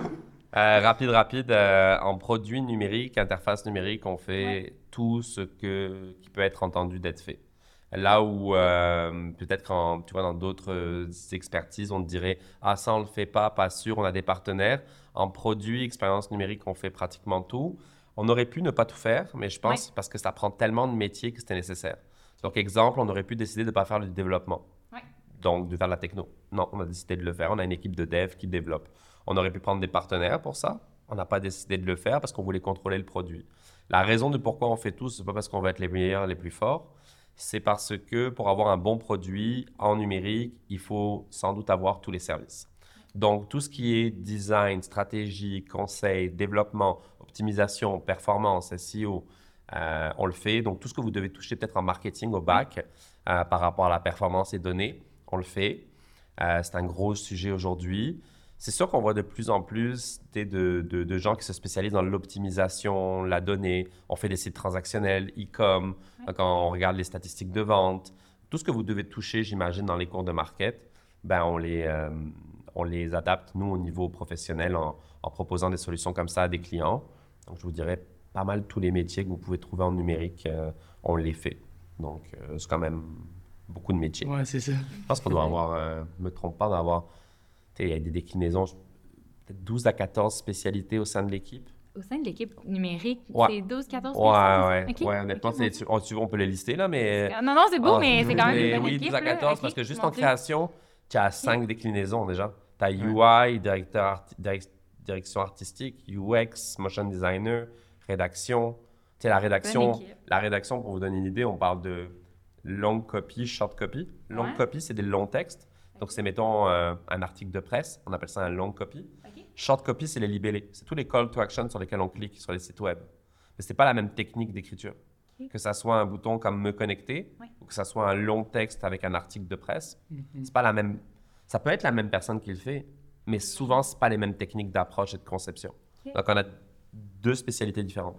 Euh, rapide, rapide. euh, en produit numérique, interface numérique, on fait tout ce que, qui peut être entendu d'être fait. Là où euh, peut-être quand tu vois dans d'autres euh, expertises, on te dirait ah ça on le fait pas, pas sûr, on a des partenaires. En produit, expérience numérique, on fait pratiquement tout. On aurait pu ne pas tout faire, mais je pense parce que ça prend tellement de métiers que c'était nécessaire. Donc exemple, on aurait pu décider de ne pas faire du développement. Ouais. Donc de faire de la techno. Non, on a décidé de le faire. On a une équipe de dev qui développe. On aurait pu prendre des partenaires pour ça. On n'a pas décidé de le faire parce qu'on voulait contrôler le produit. La raison de pourquoi on fait tout, c'est pas parce qu'on veut être les meilleurs, les plus forts. C'est parce que pour avoir un bon produit en numérique, il faut sans doute avoir tous les services. Donc, tout ce qui est design, stratégie, conseil, développement, optimisation, performance, S E O, euh, on le fait. Donc, tout ce que vous devez toucher peut-être en marketing au bac euh, par rapport à la performance et données, on le fait. Euh, c'est un gros sujet aujourd'hui. C'est sûr qu'on voit de plus en plus de, de, de gens qui se spécialisent dans l'optimisation, la donnée. On fait des sites transactionnels, e-com, ouais. Quand on regarde les statistiques de vente. Tout ce que vous devez toucher, j'imagine, dans les cours de market, ben on, les, euh, on les adapte, nous, au niveau professionnel, en, en proposant des solutions comme ça à des clients. Donc, je vous dirais, pas mal tous les métiers que vous pouvez trouver en numérique, euh, on les fait. Donc, euh, c'est quand même beaucoup de métiers. Ouais, c'est ça. Je pense qu'on doit avoir, euh, je ne me trompe pas, d'avoir... Il y a des déclinaisons, peut-être douze à quatorze spécialités au sein de l'équipe. Au sein de l'équipe numérique, ouais. c'est douze, quatorze ouais, spécialités? ouais, Okay. ouais. Honnêtement, okay, c'est, on, on peut les lister, là, mais... Non, non, c'est beau, oh, mais c'est quand même une bonne oui, équipe. douze à quatorze, là. parce Okay. que juste Mon en Dieu. création, tu as cinq okay. déclinaisons déjà. Tu as U I, directeur arti- direct, direction artistique, U X, motion designer, rédaction. Tu sais, la rédaction, la rédaction, pour vous donner une idée, on parle de long copy, short copy. Long ouais. copy, c'est des longs textes. Donc, c'est, mettons, euh, un article de presse. On appelle ça un long copy. Okay. Short copy, c'est les libellés. C'est tous les call to action sur lesquels on clique sur les sites web. Mais ce n'est pas la même technique d'écriture. Okay. Que ça soit un bouton comme « Me connecter ouais. » ou que ça soit un long texte avec un article de presse. Mm-hmm. C'est pas la même... Ça peut être la même personne qui le fait, mais souvent, ce n'est pas les mêmes techniques d'approche et de conception. Okay. Donc, on a deux spécialités différentes.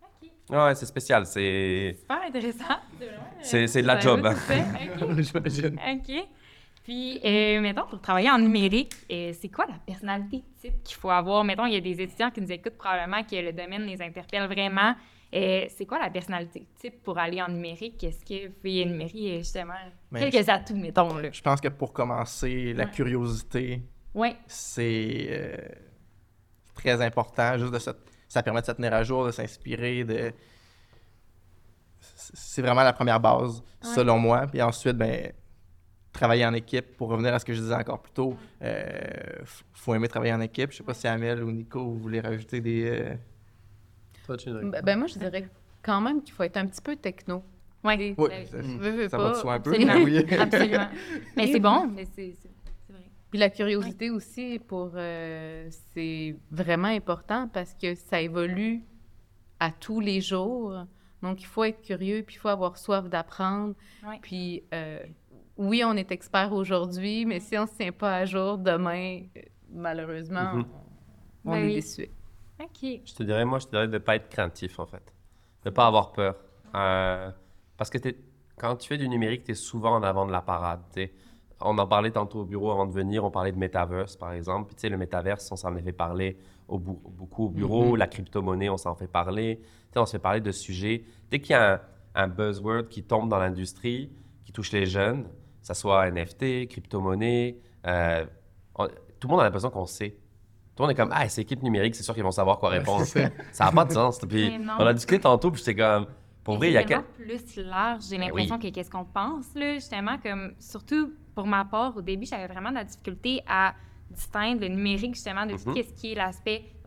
Ah ouais, c'est spécial. C'est super intéressant. C'est, c'est de la job. Okay. J'imagine. OK. Puis, euh, mettons, pour travailler en numérique, euh, c'est quoi la personnalité type qu'il faut avoir? Mettons, il y a des étudiants qui nous écoutent probablement que le domaine les interpelle vraiment. Euh, c'est quoi la personnalité type pour aller en numérique? Est-ce que vous pouvez énumérer justement mais quelques atouts, mettons? Là? Je pense que pour commencer, la ouais. curiosité, ouais. c'est euh, très important. Juste de se... Ça permet de se tenir à jour, de s'inspirer. De... C'est vraiment la première base, ouais. selon moi. Puis ensuite, ben travailler en équipe, pour revenir à ce que je disais encore plus tôt, il euh, faut aimer travailler en équipe. Je ne sais pas si Amel ou Nico, vous voulez rajouter des... Euh... Toi, tu ben, ben moi, je dirais quand même qu'il faut être un petit peu techno. Ouais. Oui, oui, ça, mmh. veux, veux ça pas. va de soi un peu. Absolument. Oui. Absolument. Mais c'est bon, mais c'est, c'est, c'est vrai. Puis la curiosité oui. aussi, pour euh, c'est vraiment important parce que ça évolue à tous les jours. Donc, il faut être curieux, puis il faut avoir soif d'apprendre. Oui. Puis... Euh, oui, on est expert aujourd'hui, mais si on ne se tient pas à jour demain, malheureusement, mm-hmm. on, on ben est oui. déçu. OK. Je te dirais, moi, je te dirais de ne pas être craintif, en fait. De ne pas avoir peur. Euh, parce que t'es, quand tu fais du numérique, tu es souvent en avant de la parade. T'sais. On en parlait tantôt au bureau avant de venir, on parlait de Metaverse, par exemple. Puis, tu sais, le Metaverse, on s'en fait parler au bou- beaucoup au bureau. Mm-hmm. La crypto-monnaie, on s'en fait parler. T'sais, on se fait parler de sujets. Dès qu'il y a un, un buzzword qui tombe dans l'industrie, qui touche les jeunes, que ce soit N F T, crypto-monnaie, euh, on, tout le monde a l'impression qu'on sait. Tout le monde est comme « Ah, c'est équipe numérique, c'est sûr qu'ils vont savoir quoi répondre. » Ça n'a pas de sens. Puis on a discuté tantôt, puis j'étais comme « Pour vrai, il y a... » C'est plus large, j'ai l'impression, oui. que qu'est-ce qu'on pense, là, justement, comme surtout pour ma part, au début, j'avais vraiment de la difficulté à distinguer le numérique, justement, de mm-hmm. tout ce qui est l'aspect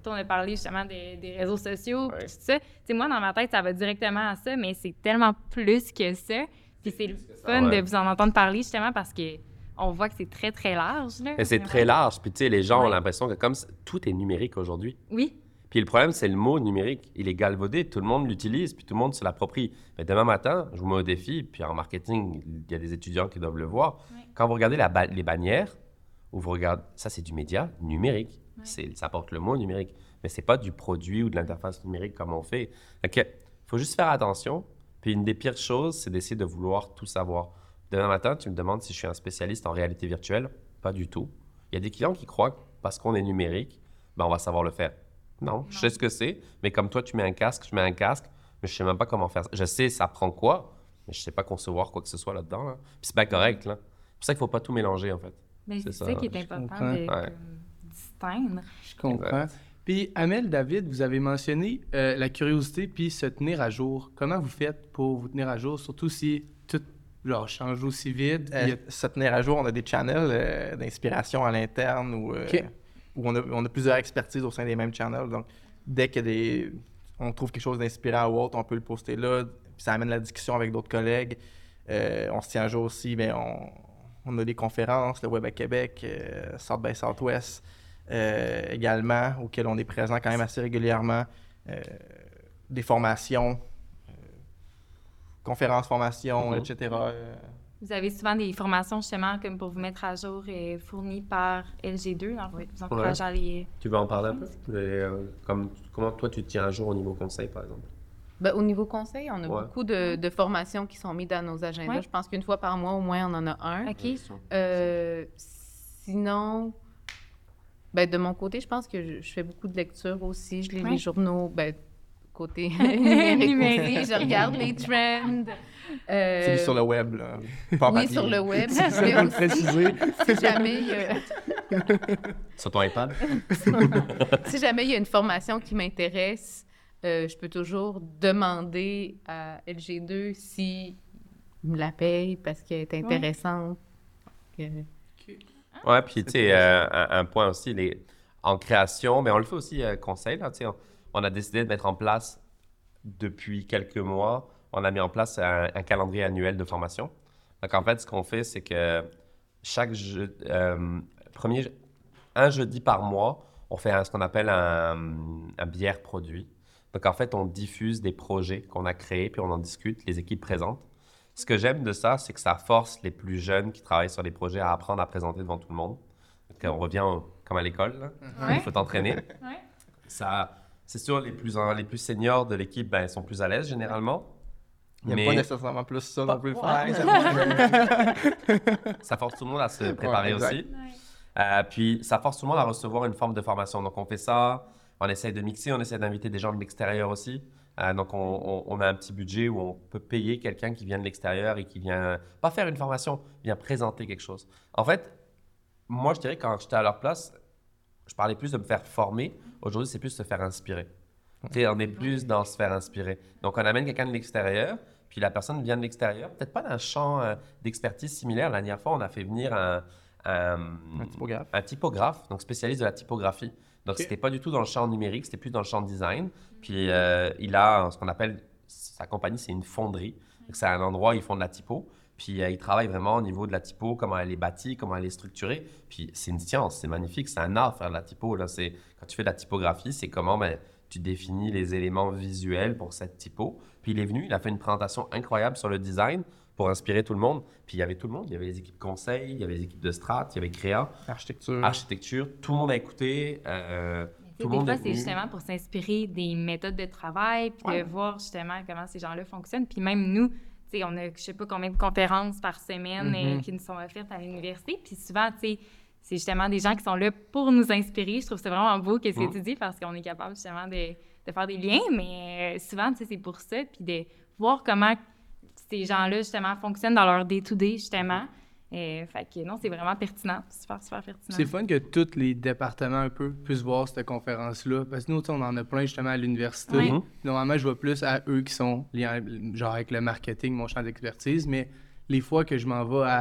tantôt, on a parlé justement des, des réseaux sociaux, Ouais. puis tout ça. Tu sais, moi, dans ma tête, ça va directement à ça, mais c'est tellement plus que ça. Puis c'est le fun ouais. de vous en entendre parler, justement, parce que on voit que c'est très, très large, là. Mais c'est très large. Puis, tu sais, les gens ont Ouais. l'impression que comme c- tout est numérique aujourd'hui. Oui, Puis le problème, c'est le mot numérique. Il est galvaudé, tout le monde l'utilise, puis tout le monde se l'approprie. Mais demain matin, je vous mets au défi, puis en marketing, il y a des étudiants qui doivent le voir. Ouais. Quand vous regardez la ba- les bannières, ou vous regardez, ça c'est du média numérique. C'est, ça porte le mot numérique. Mais c'est pas du produit ou de l'interface numérique comme on fait. Donc, il faut juste faire attention. Puis une des pires choses, c'est d'essayer de vouloir tout savoir. Demain matin, tu me demandes si je suis un spécialiste en réalité virtuelle. Pas du tout. Il y a des clients qui croient que parce qu'on est numérique, ben on va savoir le faire. Non, je sais ce que c'est, mais comme toi, tu mets un casque, je mets un casque, mais je sais même pas comment faire ça. Je sais ça prend quoi, mais je sais pas concevoir quoi que ce soit là-dedans. Là. Puis c'est pas correct, là. C'est pour ça qu'il faut pas tout mélanger, en fait. mais C'est c'est ça, ça qui est je important comprends. de Ouais. comme, distinguer. Je comprends. Puis, Amel, David, vous avez mentionné euh, la curiosité puis se tenir à jour. Comment vous faites pour vous tenir à jour, surtout si tout genre, change aussi vite? Euh, Il y a- Se tenir à jour, on a des channels euh, d'inspiration à l'interne où, euh, OK. où on, a, on a plusieurs expertises au sein des mêmes channels. Donc, dès que des, on trouve quelque chose d'inspirant ou autre, on peut le poster là. Puis ça amène la discussion avec d'autres collègues. Euh, on se tient à jour aussi, mais on, on a des conférences, le Web à Québec, euh, South by Southwest euh, également, auxquelles on est présent quand même assez régulièrement. Euh, des formations, euh, conférences, formations, Mhm. et cetera. Euh, Vous avez souvent des formations, justement, comme pour vous mettre à jour, euh, fournies par L G deux. Alors, je vous encourage Ouais. à aller... Tu veux en parler un peu? Mais, euh, comme, comment toi, tu te tiens à jour au niveau conseil, par exemple? Ben, au niveau conseil, on a Ouais. beaucoup de, de formations qui sont mises dans nos agendas. Ouais. Je pense qu'une fois par mois, au moins, on en a un. OK. Euh, sinon, ben, de mon côté, je pense que je, je fais beaucoup de lecture aussi. Je lis Ouais. les journaux, ben, côté numérique Numérique. aussi. Je regarde les trends. Euh, C'est sur le web, là. Pas en oui, papier. sur le web. C'est ça, Mais faut le aussi, préciser. si jamais il y a- Sur ton iPad? si jamais il y a une formation qui m'intéresse, euh, je peux toujours demander à L G deux si me la paye parce qu'elle est intéressante. Donc, euh, Ouais, puis tu sais, euh, un, un point aussi, les, en création, mais on le fait aussi euh, conseil, là, tu sais, on, on a décidé de mettre en place, depuis quelques mois, on a mis en place un, un calendrier annuel de formation. Donc en fait, ce qu'on fait, c'est que chaque jeu, euh, premier, un jeudi par mois, on fait un- ce qu'on appelle un, un bière produit. Donc en fait, on diffuse des projets qu'on a créés, puis on en discute, les équipes présentent. Ce que j'aime de ça, c'est que ça force les plus jeunes qui travaillent sur les projets à apprendre à présenter devant tout le monde. Donc, on revient au- comme à l'école, là. Ouais. Il faut t'entraîner. Ouais. Ça, c'est sûr, les plus, les plus seniors de l'équipe ben, sont plus à l'aise généralement. Il n'y a pas nécessairement plus ça non plus le Ouais. faire. Ça force tout le monde à se préparer exact. aussi. Euh, puis, ça force tout le monde à recevoir une forme de formation. Donc, on fait ça, on essaie de mixer, on essaie d'inviter des gens de l'extérieur aussi. Euh, donc, on, on- on a un petit budget où on peut payer quelqu'un qui vient de l'extérieur et qui vient, pas faire une formation, vient présenter quelque chose. En fait, moi, je dirais que quand j'étais à leur place, je parlais plus de me faire former. Aujourd'hui, c'est plus se faire inspirer. Tu sais, on est plus dans se faire inspirer. Donc, on amène quelqu'un de l'extérieur, puis la personne vient de l'extérieur, peut-être pas d'un champ euh, d'expertise similaire. La dernière fois, on a fait venir un, un, Un typographe. un typographe, donc spécialiste de la typographie. Donc, Ok. c'était pas du tout dans le champ numérique, c'était plus dans le champ design. Puis, euh, il a ce qu'on appelle, sa compagnie, c'est une fonderie. Donc, c'est un endroit où ils font de la typo. Puis, euh, il travaille vraiment au niveau de la typo, comment elle est bâtie, comment elle est structurée. Puis, c'est une science, c'est magnifique, c'est un art faire de la typo. Là. C'est, quand tu fais de la typographie, c'est comment ben, tu définis les éléments visuels pour cette typo. Puis, il est venu, il a fait une présentation incroyable sur le design pour inspirer tout le monde. Puis, il y avait tout le monde. Il y avait les équipes conseil, il y avait les équipes de strat, il y avait créa, Architecture. architecture. Tout le monde a écouté. euh, Tu sais, tout le des monde fois, est c'est venu. justement pour s'inspirer des méthodes de travail, puis Ouais. de voir justement comment ces gens-là fonctionnent. Puis même nous, tu sais, on a je sais pas combien de conférences par semaine euh, Mhm. qui nous sont offertes à l'université. Puis souvent, tu sais, c'est justement des gens qui sont là pour nous inspirer. Je trouve que c'est vraiment beau que ce que Mhm. tu dis parce qu'on est capable justement de, de faire des liens. Mais euh, souvent, tu sais, c'est pour ça. Puis de voir comment ces gens-là, justement, fonctionnent dans leur day-to-day, justement. Euh, fait que non, c'est vraiment pertinent. Super, super pertinent. C'est fun que tous les départements un peu puissent voir cette conférence-là. Parce que nous, tu sais, on en a plein justement à l'université. Ouais. Mhm. Normalement, je vois plus à eux qui sont liés, à- genre avec le marketing, mon champ d'expertise. Mais les fois que je m'en vais à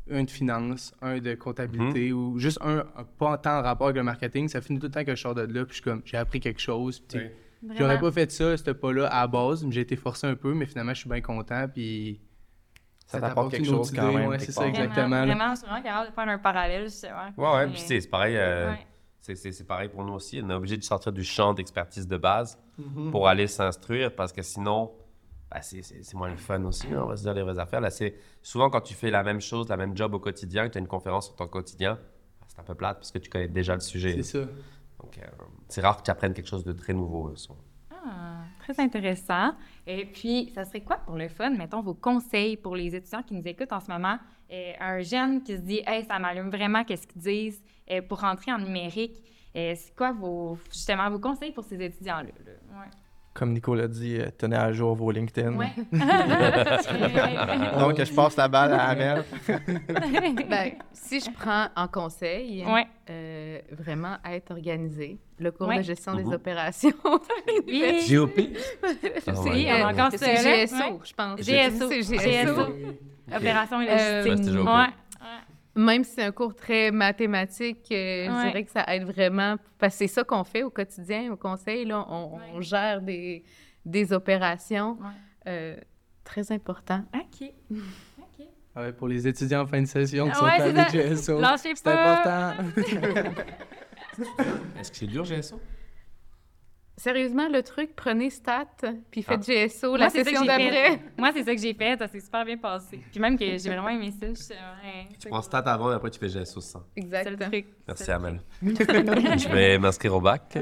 un de finance, un de comptabilité, mm-hmm. ou juste un, un pas tant en rapport avec le marketing, ça finit tout le temps que je sors de là, puis je suis comme, j'ai appris quelque chose. Puis, oui. J'aurais pas fait ça, c'était pas là à la base, mais j'ai été forcé un peu, mais finalement, je suis bien content, puis ça, ça t'apporte quelque chose quand même. Ouais, c'est ça, exactement. Vraiment, vraiment, je suis vraiment capable de faire un parallèle, justement. Ouais, ouais, puis c'est pareil, euh, ouais. c'est, c'est, c'est pareil pour nous aussi. On est obligé de sortir du champ d'expertise de base mm-hmm. pour aller s'instruire, parce que sinon, ben c'est, c'est, c'est moins le fun aussi, hein, on va se dire les vraies affaires. Là, c'est, souvent, quand tu fais la même chose, la même job au quotidien, que tu as une conférence sur ton quotidien, c'est un peu plate parce que tu connais déjà le sujet. C'est ça. Donc, euh, c'est rare que tu apprennes quelque chose de très nouveau. Là, Ah, très intéressant. Et puis, ça serait quoi pour le fun, mettons, vos conseils pour les étudiants qui nous écoutent en ce moment? Euh, un jeune qui se dit « Hey, ça m'allume vraiment, qu'est-ce qu'ils disent euh, pour rentrer en numérique. Euh, » C'est quoi, vos, justement, vos conseils pour ces étudiants-là? Là? Ouais. Comme Nico l'a dit, euh, tenez à jour vos LinkedIn. Ouais. Donc, je passe la balle à Amel. Ben, si je prends en conseil, ouais. euh, vraiment être organisé. Le cours ouais. de gestion mm-hmm. des opérations. Oui. G O P? C'est oh encore c'est G S O, ouais. je pense. G S O. C'est G S O. G S O. Okay. Opération et logistique. Euh, ouais. Même si c'est un cours très mathématique, euh, ouais. je dirais que ça aide vraiment. Parce que c'est ça qu'on fait au quotidien, au conseil. Là, on, ouais. on gère des, des opérations. Ouais. Euh, très important. OK. OK. Ouais, pour les étudiants en fin de session qui ouais, sont allés G S O, lâchez c'est pas. important. Est-ce que c'est dur, G S O? Sérieusement, le truc, prenez Stat, puis faites ah. G S O Moi, la session d'après. Moi, c'est ça que j'ai fait. Ça s'est super bien passé. Puis même que j'ai vraiment aimé ça. Je, ouais, tu prends Stat avant et après tu fais G S O sans. Exact. C'est le truc. Merci, Amel. Je vais m'inscrire au bac.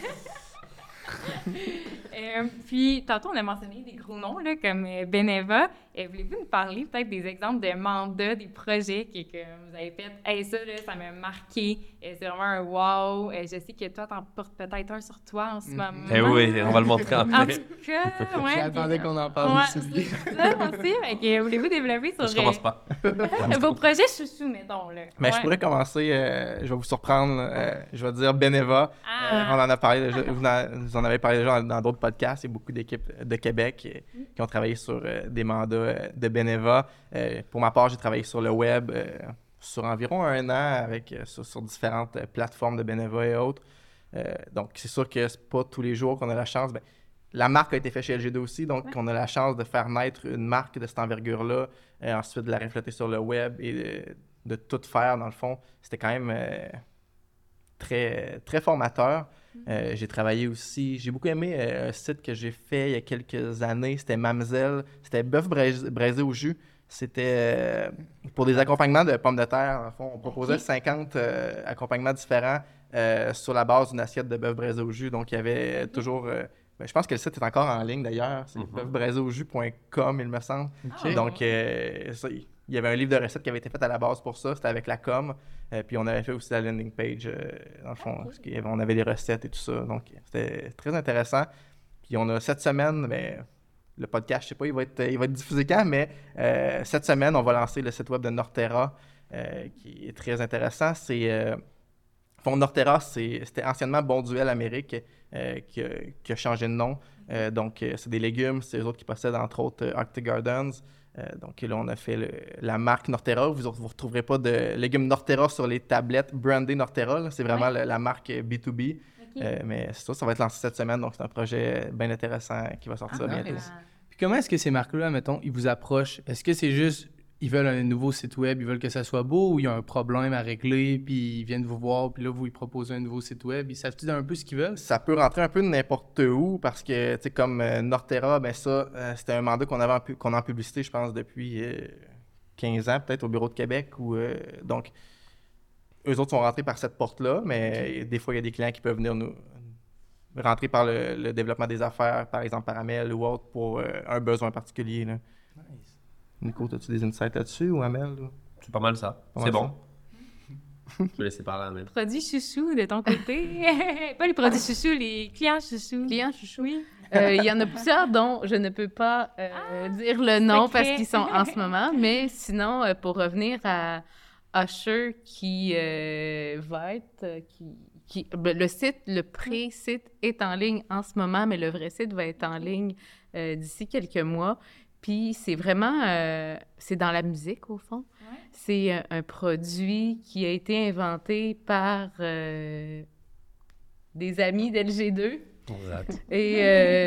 euh, puis, tantôt, on a mentionné des gros noms là, comme euh, Beneva. Euh, voulez-vous nous parler peut-être des exemples de mandats, des projets que, que vous avez fait? Hey, ça, là, ça m'a marqué. Euh, c'est vraiment un wow. Euh, je sais que toi, t'en portes peut-être un sur toi en ce moment. Eh oui, on va le montrer en En fait. tout cas, ouais. J'attendais qu'on en parle ouais, aussi. C'est ça aussi. Fait que, voulez-vous développer sur Je commence pas. vos projets chouchous, mettons, là? Mais ouais. je pourrais commencer, euh, je vais vous surprendre, euh, je vais dire Beneva. Ah. Euh, on en a parlé déjà, vous en, vous en avez parlé déjà dans, dans d'autres podcasts. Il y a beaucoup d'équipes de Québec euh, qui ont travaillé sur euh, des mandats euh, de Beneva. Euh, pour ma part, j'ai travaillé sur le web euh, sur environ un an avec, euh, sur, sur différentes euh, plateformes de Beneva et autres. Euh, donc, c'est sûr que c'est pas tous les jours qu'on a la chance. Ben, la marque a été faite chez L G deux aussi, donc ouais. on a la chance de faire naître une marque de cette envergure-là, et ensuite de la refléter sur le web et de, de tout faire, dans le fond. C'était quand même euh, très, très formateur. Euh, j'ai travaillé aussi, j'ai beaucoup aimé euh, un site que j'ai fait il y a quelques années, c'était Mamzelle, c'était bœuf braisé, braisé au jus. C'était euh, pour des accompagnements de pommes de terre. En fond, on proposait okay. cinquante euh, accompagnements différents euh, sur la base d'une assiette de bœuf braisé au jus. Donc, il y avait toujours... Euh, ben, je pense que le site est encore en ligne d'ailleurs. C'est mm-hmm. bœuf braisé au jus point com, il me semble. Okay. Donc, euh, ça, il y avait un livre de recettes qui avait été fait à la base pour ça. C'était avec la com. Euh, puis, on avait fait aussi la landing page, euh, dans le fond. Okay. Parce qu'on avait les recettes et tout ça. Donc, c'était très intéressant. Puis, on a cette semaine... Ben, le podcast, je ne sais pas, il va être, il va être diffusé quand, mais euh, cette semaine, on va lancer le site web de Norterra, euh, qui est très intéressant. C'est, euh, Fond Norterra, c'est, c'était anciennement Bonduelle Amérique, euh, qui, a, qui a changé de nom. Euh, donc, euh, c'est des légumes, c'est eux autres qui possèdent, entre autres, euh, Arctic Gardens. Euh, donc, là, on a fait le, la marque Norterra. Vous ne retrouverez pas de légumes Norterra sur les tablettes brandées Norterra. Là. C'est vraiment ouais. la, la marque B deux B. Okay. Euh, mais c'est ça, ça va être lancé cette semaine, donc c'est un projet bien intéressant qui va sortir ah, bientôt. Nice. Puis comment est-ce que ces marques-là, mettons, ils vous approchent? Est-ce que c'est juste, ils veulent un nouveau site web, ils veulent que ça soit beau, ou il y a un problème à régler, puis ils viennent vous voir, puis là, vous, ils proposez un nouveau site web, ils savent-tu un peu ce qu'ils veulent? Ça peut rentrer un peu de n'importe où, parce que, tu sais, comme euh, Norterra, ben ça, euh, c'était un mandat qu'on avait en, pu- qu'on a en publicité, je pense, depuis euh, quinze ans, peut-être, au bureau de Québec, ou euh, donc... Eux autres sont rentrés par cette porte-là, mais okay. des fois, il y a des clients qui peuvent venir nous rentrer par le, le développement des affaires, par exemple par Amel ou autre, pour euh, un besoin particulier. Là. Nice. Nico, as-tu des insights là-dessus ou Amel? Là? C'est pas mal ça. Pas C'est mal bon. Ça. Je vais laisser parler à Amel. Produits chouchous de ton côté. Pas les produits chouchous, les clients chouchous. Clients chouchous. Oui. Euh, il y en a plusieurs dont je ne peux pas euh, ah, dire le nom secret. Parce qu'ils sont en ce moment, mais sinon, euh, pour revenir à Usher qui euh, va être... Euh, qui, qui, le site, le pré-site est en ligne en ce moment, mais le vrai site va être en ligne euh, d'ici quelques mois. Puis c'est vraiment, euh, c'est dans la musique au fond. Ouais. C'est un, un produit qui a été inventé par euh, des amis d'L G deux. Exact. Et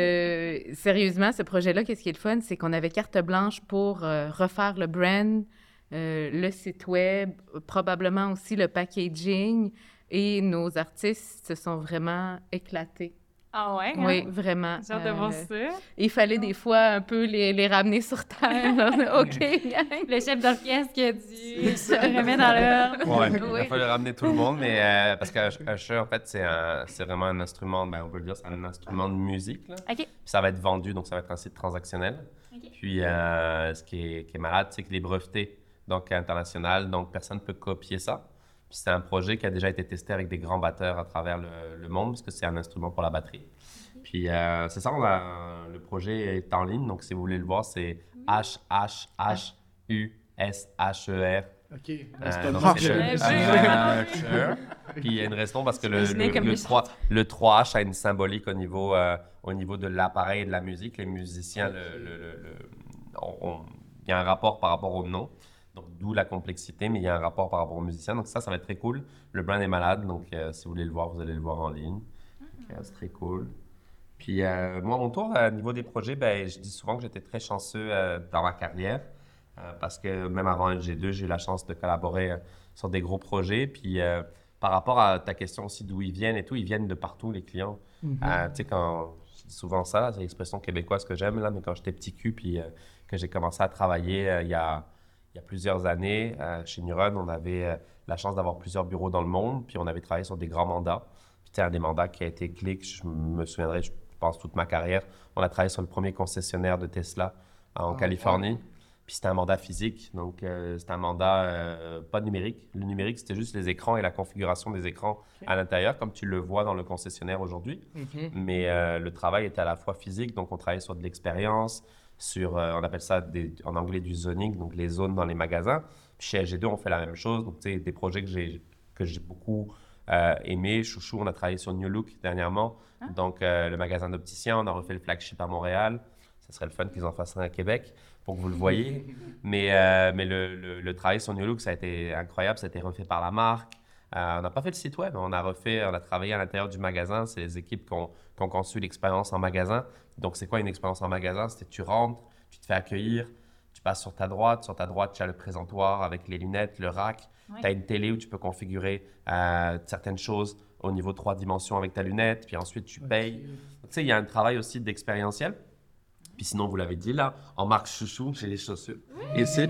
euh, sérieusement, ce projet-là, qu'est-ce qui est le fun, c'est qu'on avait carte blanche pour euh, refaire le brand, euh, le site web, probablement aussi le packaging, et nos artistes se sont vraiment éclatés. Ah ouais? hein? Oui, vraiment. J'ai hâte de voir Euh, ça. Il fallait des fois un peu les, les ramener sur terre. OK, gang. Le chef d'orchestre qui a dit se remet dans l'ordre. Ouais, Oui. il a fallu ramener tout le monde, mais euh, parce qu'un usher, en fait, c'est, un, c'est vraiment un instrument, ben, on peut le dire, c'est un instrument de musique. Là. OK. Puis ça va être vendu, donc ça va être un site transactionnel. OK. Puis euh, ce qui est, qui est malade, c'est qu'il est breveté, donc international, donc personne ne peut copier ça. Puis c'est un projet qui a déjà été testé avec des grands batteurs à travers le, le monde, parce que c'est un instrument pour la batterie. Puis euh, c'est ça, on a, le projet est en ligne, donc si vous voulez le voir, c'est H H H U S H E R. OK. Euh, C'est pas non, bon. c'est le- Ouais, euh, Usher. Puis il y a une raison parce que le, Imaginez le, comme le les trois, le trois H a une symbolique au niveau, euh, au niveau de l'appareil et de la musique. Les musiciens, le, le, le- le- on- on- il y a un rapport par rapport au nom. Donc, d'où la complexité, mais il y a un rapport par rapport aux musiciens. Donc, ça, ça va être très cool. Le brand est malade, donc euh, si vous voulez le voir, vous allez le voir en ligne. Donc, euh, c'est très cool. Puis, euh, moi, à mon tour, au niveau des projets, ben, je dis souvent que j'étais très chanceux euh, dans ma carrière. euh, parce que même avant L G deux, j'ai eu la chance de collaborer euh, sur des gros projets. Puis, euh, par rapport à ta question aussi d'où ils viennent et tout, ils viennent de partout, les clients. Euh, tu sais, quand je dis souvent ça, c'est l'expression québécoise que j'aime, là, mais quand j'étais petit cul, puis euh, que j'ai commencé à travailler euh, il y a. Il y a plusieurs années, euh, chez Nuron, on avait euh, la chance d'avoir plusieurs bureaux dans le monde, puis on avait travaillé sur des grands mandats. Puis, tu sais, un des mandats qui a été clé, que je me souviendrai, je pense, toute ma carrière, on a travaillé sur le premier concessionnaire de Tesla en Ah, Californie. Puis c'était un mandat physique, donc euh, c'était un mandat euh, pas numérique. Le numérique, c'était juste les écrans et la configuration des écrans à l'intérieur, comme tu le vois dans le concessionnaire aujourd'hui. Mhm. Mais euh, le travail était à la fois physique, donc on travaillait sur de l'expérience, sur, euh, on appelle ça des- en anglais du zoning, donc les zones dans les magasins. Puis chez L G deux, on fait la même chose. Donc, tu sais, des projets que j'ai, que j'ai beaucoup euh, aimés. Chouchou, on a travaillé sur New Look dernièrement. Donc, euh, le magasin d'opticien, on a refait le flagship à Montréal. Ça serait le fun qu'ils en fassent un à Québec pour que vous le voyez. mais euh, mais le, le, le travail sur New Look, ça a été incroyable. Ça a été refait par la marque. Euh, on n'a pas fait le site web, on a refait, on a travaillé à l'intérieur du magasin. C'est les équipes qui ont, qui ont conçu l'expérience en magasin. Donc, c'est quoi une expérience en magasin? C'est tu rentres, tu te fais accueillir, tu passes sur ta droite. Sur ta droite, tu as le présentoir avec les lunettes, le rack. Ouais. Tu as une télé où tu peux configurer euh, certaines choses au niveau trois dimensions avec ta lunette. Puis ensuite, tu payes. Donc, tu sais, il y a un travail aussi d'expérientiel. Puis sinon, vous l'avez dit là, en marque Chouchou, j'ai les chaussures. Ici.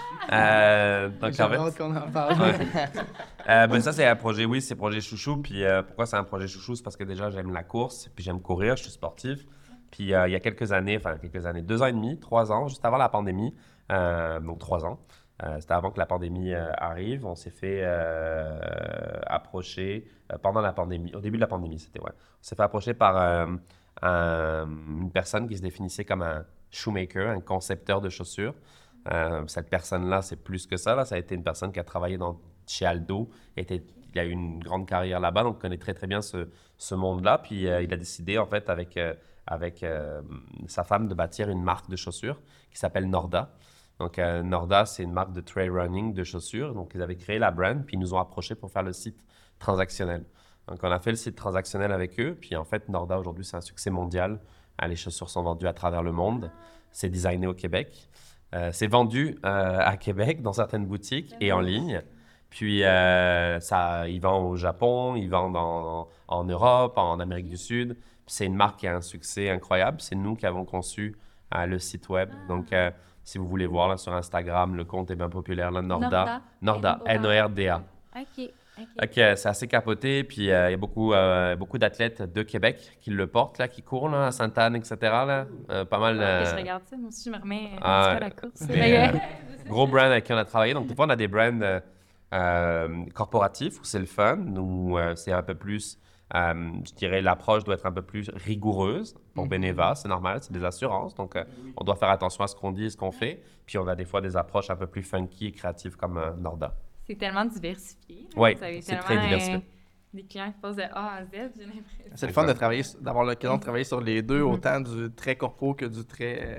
Euh, donc, en J'ai fait, hâte qu'on en parle. Ouais. Euh, ben ça, c'est un projet, oui, c'est projet chouchou. Puis euh, pourquoi c'est un projet chouchou? C'est parce que déjà, j'aime la course, puis j'aime courir, je suis sportif. Puis euh, il y a quelques années, enfin quelques années, deux ans et demi, trois ans, juste avant la pandémie, euh, donc trois ans, euh, c'était avant que la pandémie euh, arrive, on s'est fait euh, approcher euh, pendant la pandémie, au début de la pandémie, c'était, ouais. On s'est fait approcher par euh, un- une personne qui se définissait comme un shoemaker, un concepteur de chaussures. Euh, cette personne-là, c'est plus que ça. Là. Ça a été une personne qui a travaillé dans, chez Aldo. Était, il a eu une grande carrière là-bas, donc connaît très, très bien ce, ce monde-là. Puis euh, il a décidé, en fait, avec, euh, avec euh, sa femme, de bâtir une marque de chaussures qui s'appelle Norda. Donc, euh, Norda, c'est une marque de trail running de chaussures. Donc, ils avaient créé la brand, puis ils nous ont approchés pour faire le site transactionnel. Donc, on a fait le site transactionnel avec eux. Puis, en fait, Norda, aujourd'hui, c'est un succès mondial. Euh, les chaussures sont vendues à travers le monde. C'est designé au Québec. Euh, c'est vendu euh, à Québec dans certaines boutiques et en ligne. Puis, euh, ça, ils vendent au Japon, ils vendent en, en Europe, en Amérique du Sud. Puis c'est une marque qui a un succès incroyable. C'est nous qui avons conçu euh, le site web. Donc, euh, si vous voulez voir là, sur Instagram, le compte est bien populaire, là, Norda. Norda, N O R D A. OK. OK. Ok, c'est assez capoté. Puis, euh, il y a beaucoup, euh, beaucoup d'athlètes de Québec qui le portent, là, qui courent là, à Sainte-Anne, et cetera. Là. Euh, pas mal. Ok, euh, je regarde ça, moi aussi, je me remets un Ah, petit peu à la course. mais, Mais, euh, gros brand avec qui on a travaillé. Donc, des fois, on a des brands euh, euh, corporatifs où c'est le fun, où euh, c'est un peu plus, euh, je dirais, l'approche doit être un peu plus rigoureuse. Pour Beneva, c'est normal, c'est des assurances. Donc, euh, on doit faire attention à ce qu'on dit et ce qu'on fait. Puis, on a des fois des approches un peu plus funky et créatives comme euh, Norda. c'est tellement diversifié. là. Oui, Vous avez c'est tellement, très diversifié. euh, des clients qui passent de A à Z, j'ai l'impression. C'est le fun de travailler, d'avoir l'occasion de travailler sur les deux, Mhm. autant du très corpo que du très euh,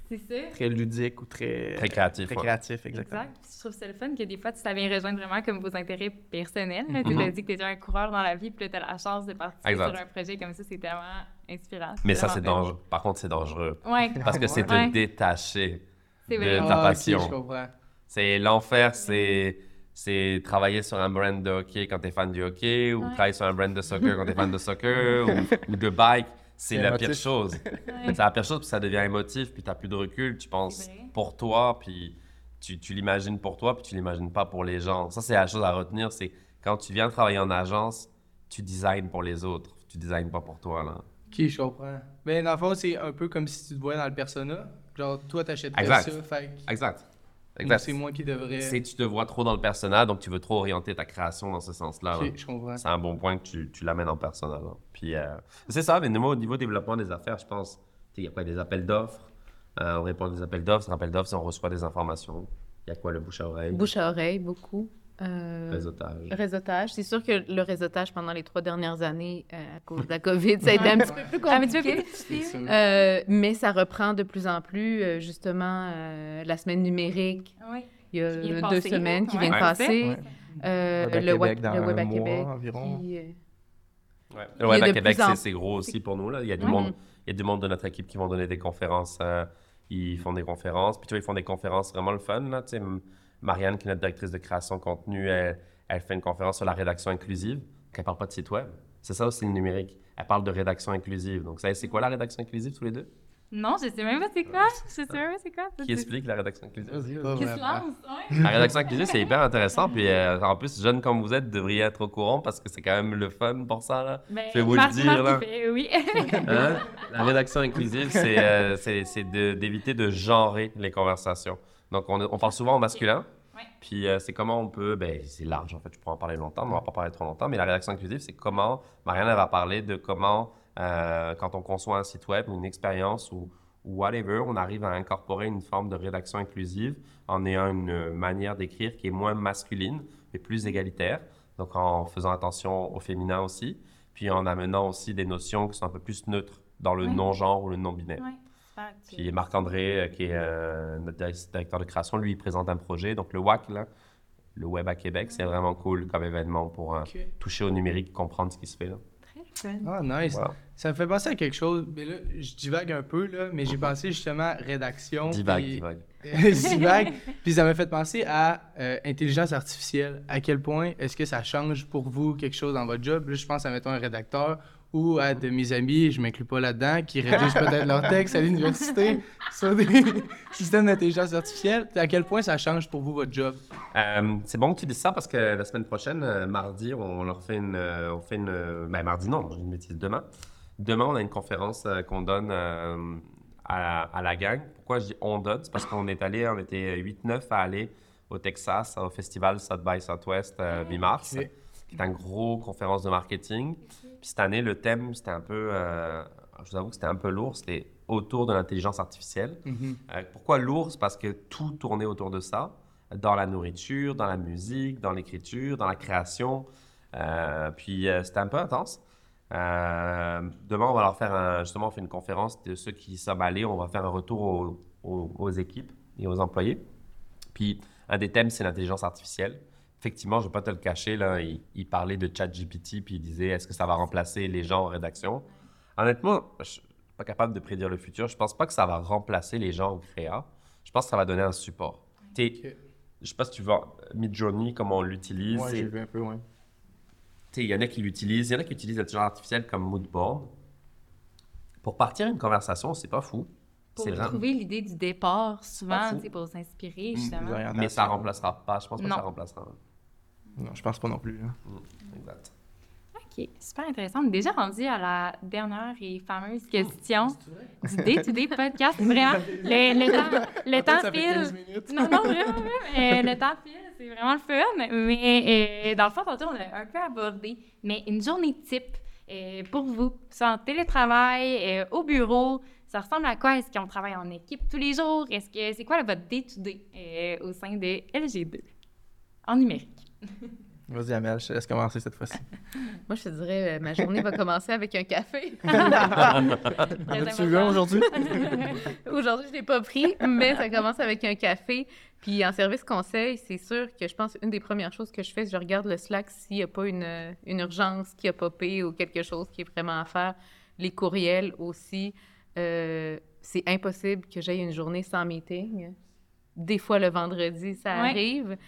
C'est ça. très ludique ou très, Très créatif, Très ouais. créatif, exactement. Exact. Puis je trouve ça le fun que des fois, ça vient rejoindre vraiment comme vos intérêts personnels. là. Tu Mhm. as dit que tu étais un coureur dans la vie, puis là, tu as la chance de participer Exact. sur un projet comme ça. C'est tellement inspirant. Mais ça, vraiment c'est fun. dangereux. Par contre, c'est dangereux. Ouais. Parce que c'est te Ouais. détacher C'est de vrai. ta Ah, passion. ok, je comprends. C'est l'enfer, c'est c'est travailler sur un brand de hockey quand t'es fan du hockey, ou Ouais. travailler sur un brand de soccer quand t'es fan de soccer, ou, ou de bike. C'est C'est la émotif. pire chose. Ouais. C'est la pire chose, puis ça devient émotif, puis t'as plus de recul, tu penses C'est vrai. pour toi, puis tu, tu l'imagines pour toi, puis tu l'imagines pas pour les gens. Ça, c'est la chose à retenir, c'est quand tu viens travailler en agence, tu designes pour les autres, tu designes pas pour toi, là. Ok, je comprends. Mais dans le fond, c'est un peu comme si tu te voyais dans le persona. Genre, toi, t'achèterais Exact. ça, fait que Exact. moi, Exact. c'est moi qui devrais... C'est tu te vois trop dans le personnage, donc tu veux trop orienter ta création dans ce sens-là. là. Ok, je comprends. C'est un bon point que tu, tu l'amènes en personnel. là. Puis euh, c'est ça, mais moi, au niveau développement des affaires, je pense, il y a quoi, des appels d'offres. Euh, on répond à des appels d'offres. Sur un appel d'offres, si on reçoit des informations, il y a quoi, le bouche à oreille, Bouche à oreille, beaucoup. Euh, réseautage. Réseautage. C'est sûr que le réseautage pendant les trois dernières années, euh, à cause de la COVID, ça a été un petit peu plus Un petit peu compliqué. plus C'est difficile. sûr. Euh, mais ça reprend de plus en plus. Euh, justement, euh, la semaine numérique, Oui. il y a Qui vient de deux passer, semaines là. qui Ouais. vient de Ouais. passer. Ouais. Euh, Web à le, Québec web, dans le Web un à mois Québec. environ. qui, euh, Ouais. Il y Le a Web à de Québec, plus en- c'est, c'est gros aussi pour nous. Là. Il y a du Ouais. monde, il y a du monde de notre équipe qui vont donner des conférences. euh, ils font des conférences. Puis tu vois, ils font des conférences vraiment le fun. Là. Tu sais, M- Marianne, qui est notre directrice de création de contenu, elle, elle fait une conférence sur la rédaction inclusive. Elle parle pas de site web. C'est ça aussi le numérique. Elle parle de rédaction inclusive. Donc, ça, c'est quoi la rédaction inclusive tous les deux? Non, je sais même pas c'est quoi. Je sais même pas c'est quoi. Qui explique la rédaction inclusive? Vas-y, Pas vas-y. Qui se vraiment. lance, ouais. La rédaction inclusive, c'est hyper intéressant. Puis euh, en plus, jeune comme vous êtes, vous devriez être au courant parce que c'est quand même le fun pour ça. Là. Ben, Fais-vous le Marc- dire, Marc, là. il fait, oui. Hein? La rédaction inclusive, c'est, euh, c'est, c'est de- d'éviter de genrer les conversations. Donc, on, on parle souvent au masculin. Ouais. Puis, euh, c'est comment on peut. Ben, c'est large, en fait, je pourrais en parler longtemps, mais on va pas parler trop longtemps. Mais la rédaction inclusive, c'est comment. Marianne, elle va parler de comment, euh, quand on conçoit un site web ou une expérience ou, ou whatever, on arrive à incorporer une forme de rédaction inclusive en ayant une manière d'écrire qui est moins masculine, mais plus égalitaire. Donc, en faisant attention au féminin aussi. Puis, en amenant aussi des notions qui sont un peu plus neutres dans le Ouais. non-genre ou le non-binaire. Ouais, super. tu- Puis Marc-André, euh, qui est euh, notre direct- directeur de création, lui, il présente un projet. Donc, le W A C, là, le Web à Québec, c'est vraiment cool comme événement pour euh, Ok. toucher au numérique, comprendre ce qui se fait. Là. Très fun. Ah, nice. Voilà. Ça me fait penser à quelque chose. Mais là, je divague un peu, là, mais j'ai pensé justement rédaction. Divague, puis- divague. je divague. Puis ça m'a fait penser à euh, intelligence artificielle. À quel point est-ce que ça change pour vous quelque chose dans votre job? Là, je pense à, mettons, un rédacteur ou à de mes amis, je m'inclus pas là-dedans, qui rédigent peut-être leur texte à l'université sur des systèmes d'intelligence artificielle. Puis à quel point ça change pour vous votre job? Euh, c'est bon que tu dises ça parce que la semaine prochaine, euh, mardi, on leur fait une. euh, on fait une euh, ben, mardi, non, j'ai une bêtise, demain. Demain, on a une conférence euh, qu'on donne euh, à, à la gang. Pourquoi je dis on donne? C'est parce qu'on est allé, on était huit neuf à aller au Texas, au festival South by Southwest euh, mi-mars, Ok. qui est une grosse conférence de marketing. Puis cette année, le thème, c'était un peu. euh, je vous avoue que c'était un peu lourd. C'était autour de l'intelligence artificielle. Euh, pourquoi lourd? C'est parce que tout tournait autour de ça, dans la nourriture, dans la musique, dans l'écriture, dans la création. Euh, puis euh, c'était un peu intense. Euh, demain, on va leur faire un, justement, on fait une conférence de ceux qui y sont allés. On va faire un retour aux, aux- aux équipes et aux employés. Puis un des thèmes, c'est l'intelligence artificielle. Effectivement, je ne vais pas te le cacher, là, il, il parlait de ChatGPT, puis il disait est-ce que ça va remplacer les gens en rédaction? Honnêtement, je suis pas capable de prédire le futur. Je pense pas que ça va remplacer les gens au créa. Je pense que ça va donner un support. T'sais, Ok. je sais pas si tu vois Midjourney, comment on l'utilise. Ouais, C'est- j'ai vu un peu, ouais. Tu sais, il y en a qui l'utilisent, il y en a qui utilisent l'intelligence artificielle comme mood board. Pour partir une conversation, c'est pas fou. Pour C'est vraiment- trouver l'idée du départ, Pas souvent, fou. tu sais, pour s'inspirer, Des justement. orientations. Mais ça remplacera pas. Je pense pas Non. que ça remplacera. Non, je pense pas non plus. là. Exact. OK, super intéressant. On est déjà rendu à la dernière et fameuse question du Day-to-Day podcast. Vraiment, le, le temps, le temps Ça fait quinze file. minutes. Non, non, vraiment, vraiment. Euh, le temps file, c'est vraiment le fun. Mais euh, dans le fond, tantôt, on a un peu abordé. Mais une journée type euh, pour vous, soit en télétravail, euh, au bureau, ça ressemble à quoi? Est-ce qu'on travaille en équipe tous les jours? Est-ce que c'est quoi là, votre day-to-day euh, au sein de L G deux en numérique? Vas-y, Amel, je te laisse commencer cette fois-ci. Moi, je te dirais, euh, ma journée va commencer avec un café. En as-tu eu un aujourd'hui? Aujourd'hui, je l'ai pas pris, mais ça commence avec un café. Puis en service conseil, c'est sûr que je pense une des premières choses que je fais, c'est que je regarde le Slack s'il n'y a pas une, une urgence qui a popé ou quelque chose qui est vraiment à faire. Les courriels aussi. Euh, c'est impossible que j'aille une journée sans meeting. Des fois, le vendredi, ça Ouais. arrive.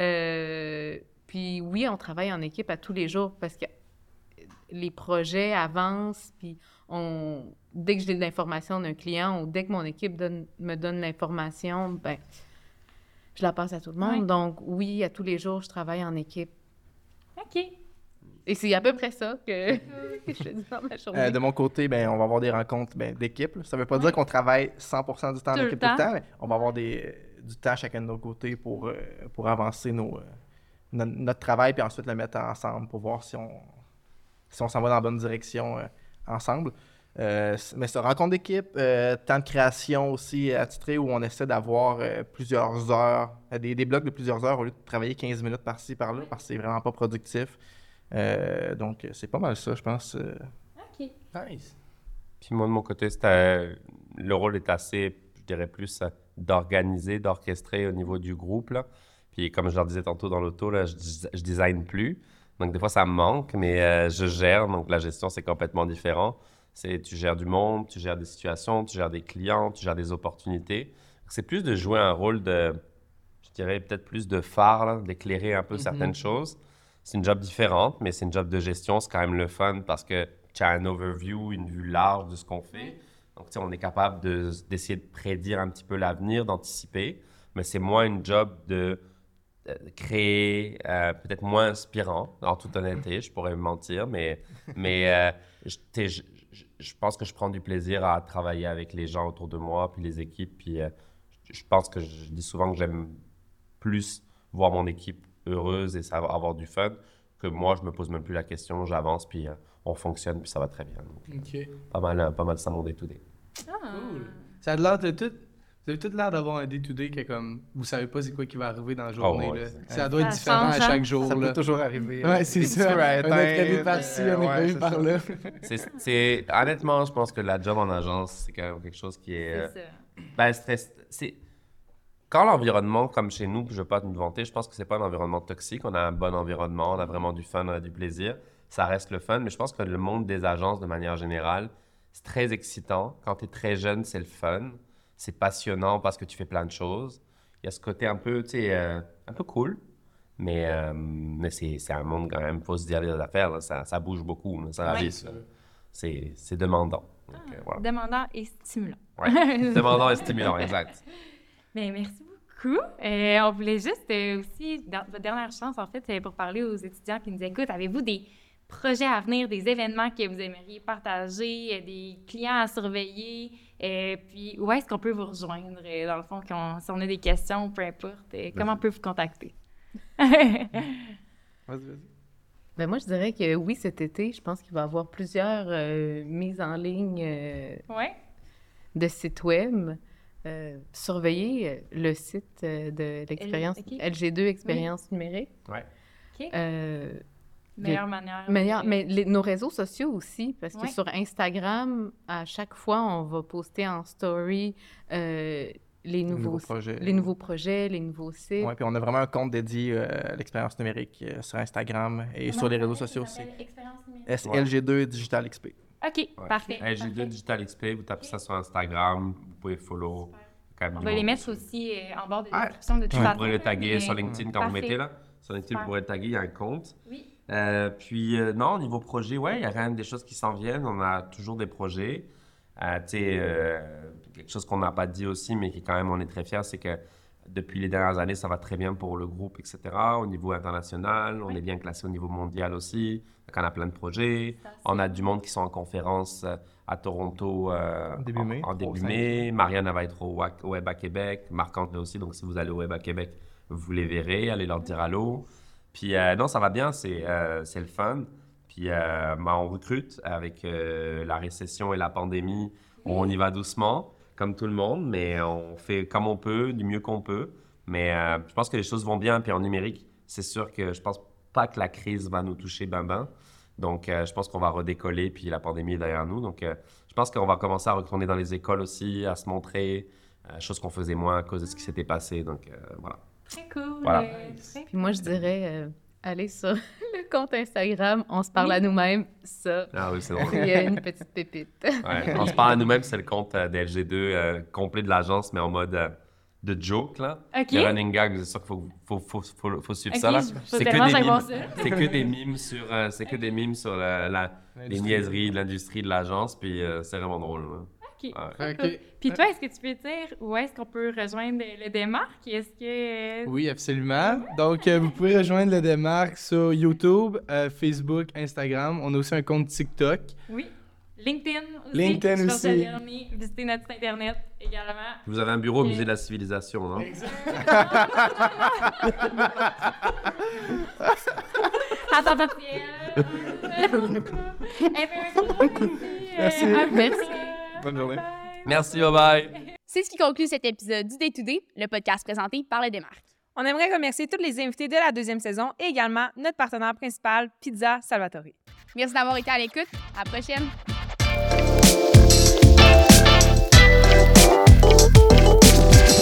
Euh, puis oui, on travaille en équipe à tous les jours parce que les projets avancent, puis on, dès que j'ai de l'information d'un client ou dès que mon équipe donne, me donne l'information, ben je la passe à tout le monde. Ouais. Donc oui, à tous les jours, je travaille en équipe. OK. Et c'est à peu près ça que, que je fais dans ma journée. Euh, de mon côté, ben, on va avoir des rencontres ben, d'équipe. là. Ça ne veut pas dire qu'on travaille cent pour cent du temps en Tout le équipe tout le temps. temps, mais on va avoir des, du temps chacun de nos côtés pour, euh, pour avancer nos, euh, no- notre travail, puis ensuite le mettre ensemble pour voir si on, si on s'en va dans la bonne direction euh, ensemble. Euh, c- mais ça, rencontre d'équipe, euh, temps de création aussi attitré où on essaie d'avoir euh, plusieurs heures, euh, des, des blocs de plusieurs heures au lieu de travailler quinze minutes par-ci, par-là, parce que c'est vraiment pas productif. Euh, donc, c'est pas mal ça, je pense. euh. OK. Nice. Puis moi, de mon côté, c'était, le rôle est assez, je dirais plus, euh, d'organiser, d'orchestrer au niveau du groupe, là. Puis comme je leur disais tantôt dans l'auto, là, je, dis- je design plus. Donc des fois, ça me manque, mais euh, je gère. Donc la gestion, c'est complètement différent. C'est, tu gères du monde, tu gères des situations, tu gères des clients, tu gères des opportunités. C'est plus de jouer un rôle de, je dirais peut-être plus de phare, là, d'éclairer un peu certaines choses. C'est une job différente, mais c'est une job de gestion. C'est quand même le fun parce que tu as un overview, une vue large de ce qu'on fait. Donc, tu sais, on est capable de, d'essayer de prédire un petit peu l'avenir, d'anticiper. Mais c'est moins une job de euh, créer, euh, peut-être moins inspirant, en toute honnêteté. Je pourrais me mentir, mais, mais euh, je, tu sais, je, je- je pense que je prends du plaisir à travailler avec les gens autour de moi, puis les équipes. Puis euh, je, je pense que je, je dis souvent que j'aime plus voir mon équipe heureuse et savoir avoir du fun que moi, je me pose même plus la question, j'avance, puis euh, on fonctionne, puis ça va très bien. Donc, OK. pas mal, euh, pas mal ça mon day-to-day. Cool. Ça a l'air de tout. Vous avez tout l'air d'avoir un day-to-day que comme vous savez pas c'est quoi qui va arriver dans la journée. ouais, là. c'est- Ça doit être Ça différent change, à hein? chaque jour. Ça là. peut toujours arriver. Ouais, c'est Des ça. petits feux à Un éteindre, escalier par-ci, euh, un ouais, escalier c'est par-là. C'est, c'est- honnêtement, je pense que la job en agence, c'est quand même quelque chose qui est... euh, C'est ça. ben, stress, c'est... Quand l'environnement, comme chez nous, puis je ne veux pas nous vanter, je pense que c'est pas un environnement toxique. On a un bon environnement, on a vraiment du fun, on a du plaisir. Ça reste le fun, mais je pense que le monde des agences, de manière générale, c'est très excitant. Quand tu es très jeune, c'est le fun. C'est passionnant parce que tu fais plein de choses. Il y a ce côté un peu, tu sais, euh, un peu cool. Mais, euh, mais c'est, c'est un monde quand même, il faut se dire les affaires, là, ça, ça bouge beaucoup, là, ça va Ouais. vite, là. C'est, c'est demandant. Donc, euh, voilà. Demandant et stimulant. Ouais. Demandant et stimulant, exact. Bien, merci beaucoup. Euh, on voulait juste euh, aussi, dans votre dernière chance, en fait, c'est pour parler aux étudiants qui nous écoutent. Avez-vous des projets à venir, des événements que vous aimeriez partager, euh, des clients à surveiller? Euh, puis, où est-ce qu'on peut vous rejoindre, euh, dans le fond, qu'on- si on a des questions, peu importe, euh, comment on peut vous contacter? Vas-y, vas-y. Ben moi, je dirais que oui, cet été, je pense qu'il va y avoir plusieurs euh, mises en ligne euh, Oui? de sites web. Euh, surveillez euh, le site euh, de l'expérience ok. L G deux Expérience numérique. Ouais. OK. Euh, Meilleure manière. meilleur- de- mais les- nos réseaux sociaux aussi, parce que Ouais. sur Instagram, à chaque fois, on va poster en story euh, les, nouveaux, nouveaux projets. les nouveaux projets, les nouveaux sites. Ouais, puis on a vraiment un compte dédié euh, à l'expérience numérique euh, sur Instagram et sur les réseaux sociaux aussi. Expérience numérique. S L G deux Digital X P. OK, Ouais. parfait. L G deux parfait. Digital X P, vous tapez ça sur Instagram, vous pouvez follow. quand même On du va les monde. mettre aussi euh, en bas de la Ah, description de toute Vous façon. pourrez le taguer mais- sur LinkedIn quand vous Parfait. mettez là. Sur LinkedIn, Super. vous pourrez le taguer, il y a un compte. Oui. Euh, puis, euh, non, au niveau projet, ouais, il y a quand même des choses qui s'en viennent. On a toujours des projets. Euh, tu sais, euh, quelque chose qu'on n'a pas dit aussi, mais qui quand même, on est très fiers, c'est que depuis les dernières années, ça va très bien pour le groupe, et cetera. Au niveau international, on Oui. est bien classé au niveau mondial aussi. Donc, on a plein de projets. Ça, c'est- On a du monde qui sont en conférence euh, à Toronto euh, En début mai, en, trois début ou cinq. mai. Marianne elle va être au, Wa- au Web à Québec. Marc-André aussi. Donc, si vous allez au Web à Québec, vous les verrez. Allez leur dire allô. Puis, euh, non, ça va bien. C'est euh, c'est le fun. Puis, euh, ben, on recrute avec euh, la récession et la pandémie. On y va doucement, comme tout le monde, mais on fait comme on peut, du mieux qu'on peut. Mais euh, je pense que les choses vont bien. Puis, en numérique, c'est sûr que je pense pas que la crise va nous toucher ben ben. Donc, euh, je pense qu'on va redécoller, puis la pandémie est derrière nous. Donc, euh, je pense qu'on va commencer à retourner dans les écoles aussi, à se montrer, euh, chose qu'on faisait moins à cause de ce qui s'était passé. Donc, euh, voilà. Très cool. Voilà. euh, très Puis moi, je dirais, euh, allez sur le compte Instagram, on se parle à nous-mêmes, ça. Ah oui, c'est drôle. Il y a une petite pépite. Ouais, on se parle à nous-mêmes, c'est le compte euh, de L G deux euh, complet de l'agence, mais en mode euh, de joke, là. OK. Le running gag, c'est sûr qu'il faut, faut, faut, faut, faut suivre Ok, ça, là. je- faut C'est que, tellement des que j'aille voir mimes, ça. c'est que des mimes sur, euh, c'est que des mimes sur la, la- les L'industrie. niaiseries de l'industrie de l'agence, puis euh, c'est vraiment drôle. là. OK. Ouais. Ok. Puis toi, est-ce que tu peux dire où est-ce qu'on peut rejoindre le démarque? Est-ce que... Oui, absolument. Donc, euh, vous pouvez rejoindre le Démarque sur YouTube, euh, Facebook, Instagram. On a aussi un compte TikTok. Oui. LinkedIn aussi. LinkedIn Je pense aussi. que le dernier. Visitez notre site Internet également. Vous avez un bureau au musée de la civilisation, non? À temps partiel. Merci. Merci. Bonne journée. Merci, bye-bye! C'est ce qui conclut cet épisode du Day to Day, le podcast présenté par le Démarque. On aimerait remercier tous les invités de la deuxième saison et également notre partenaire principal, Pizza Salvatore. Merci d'avoir été à l'écoute. À la prochaine!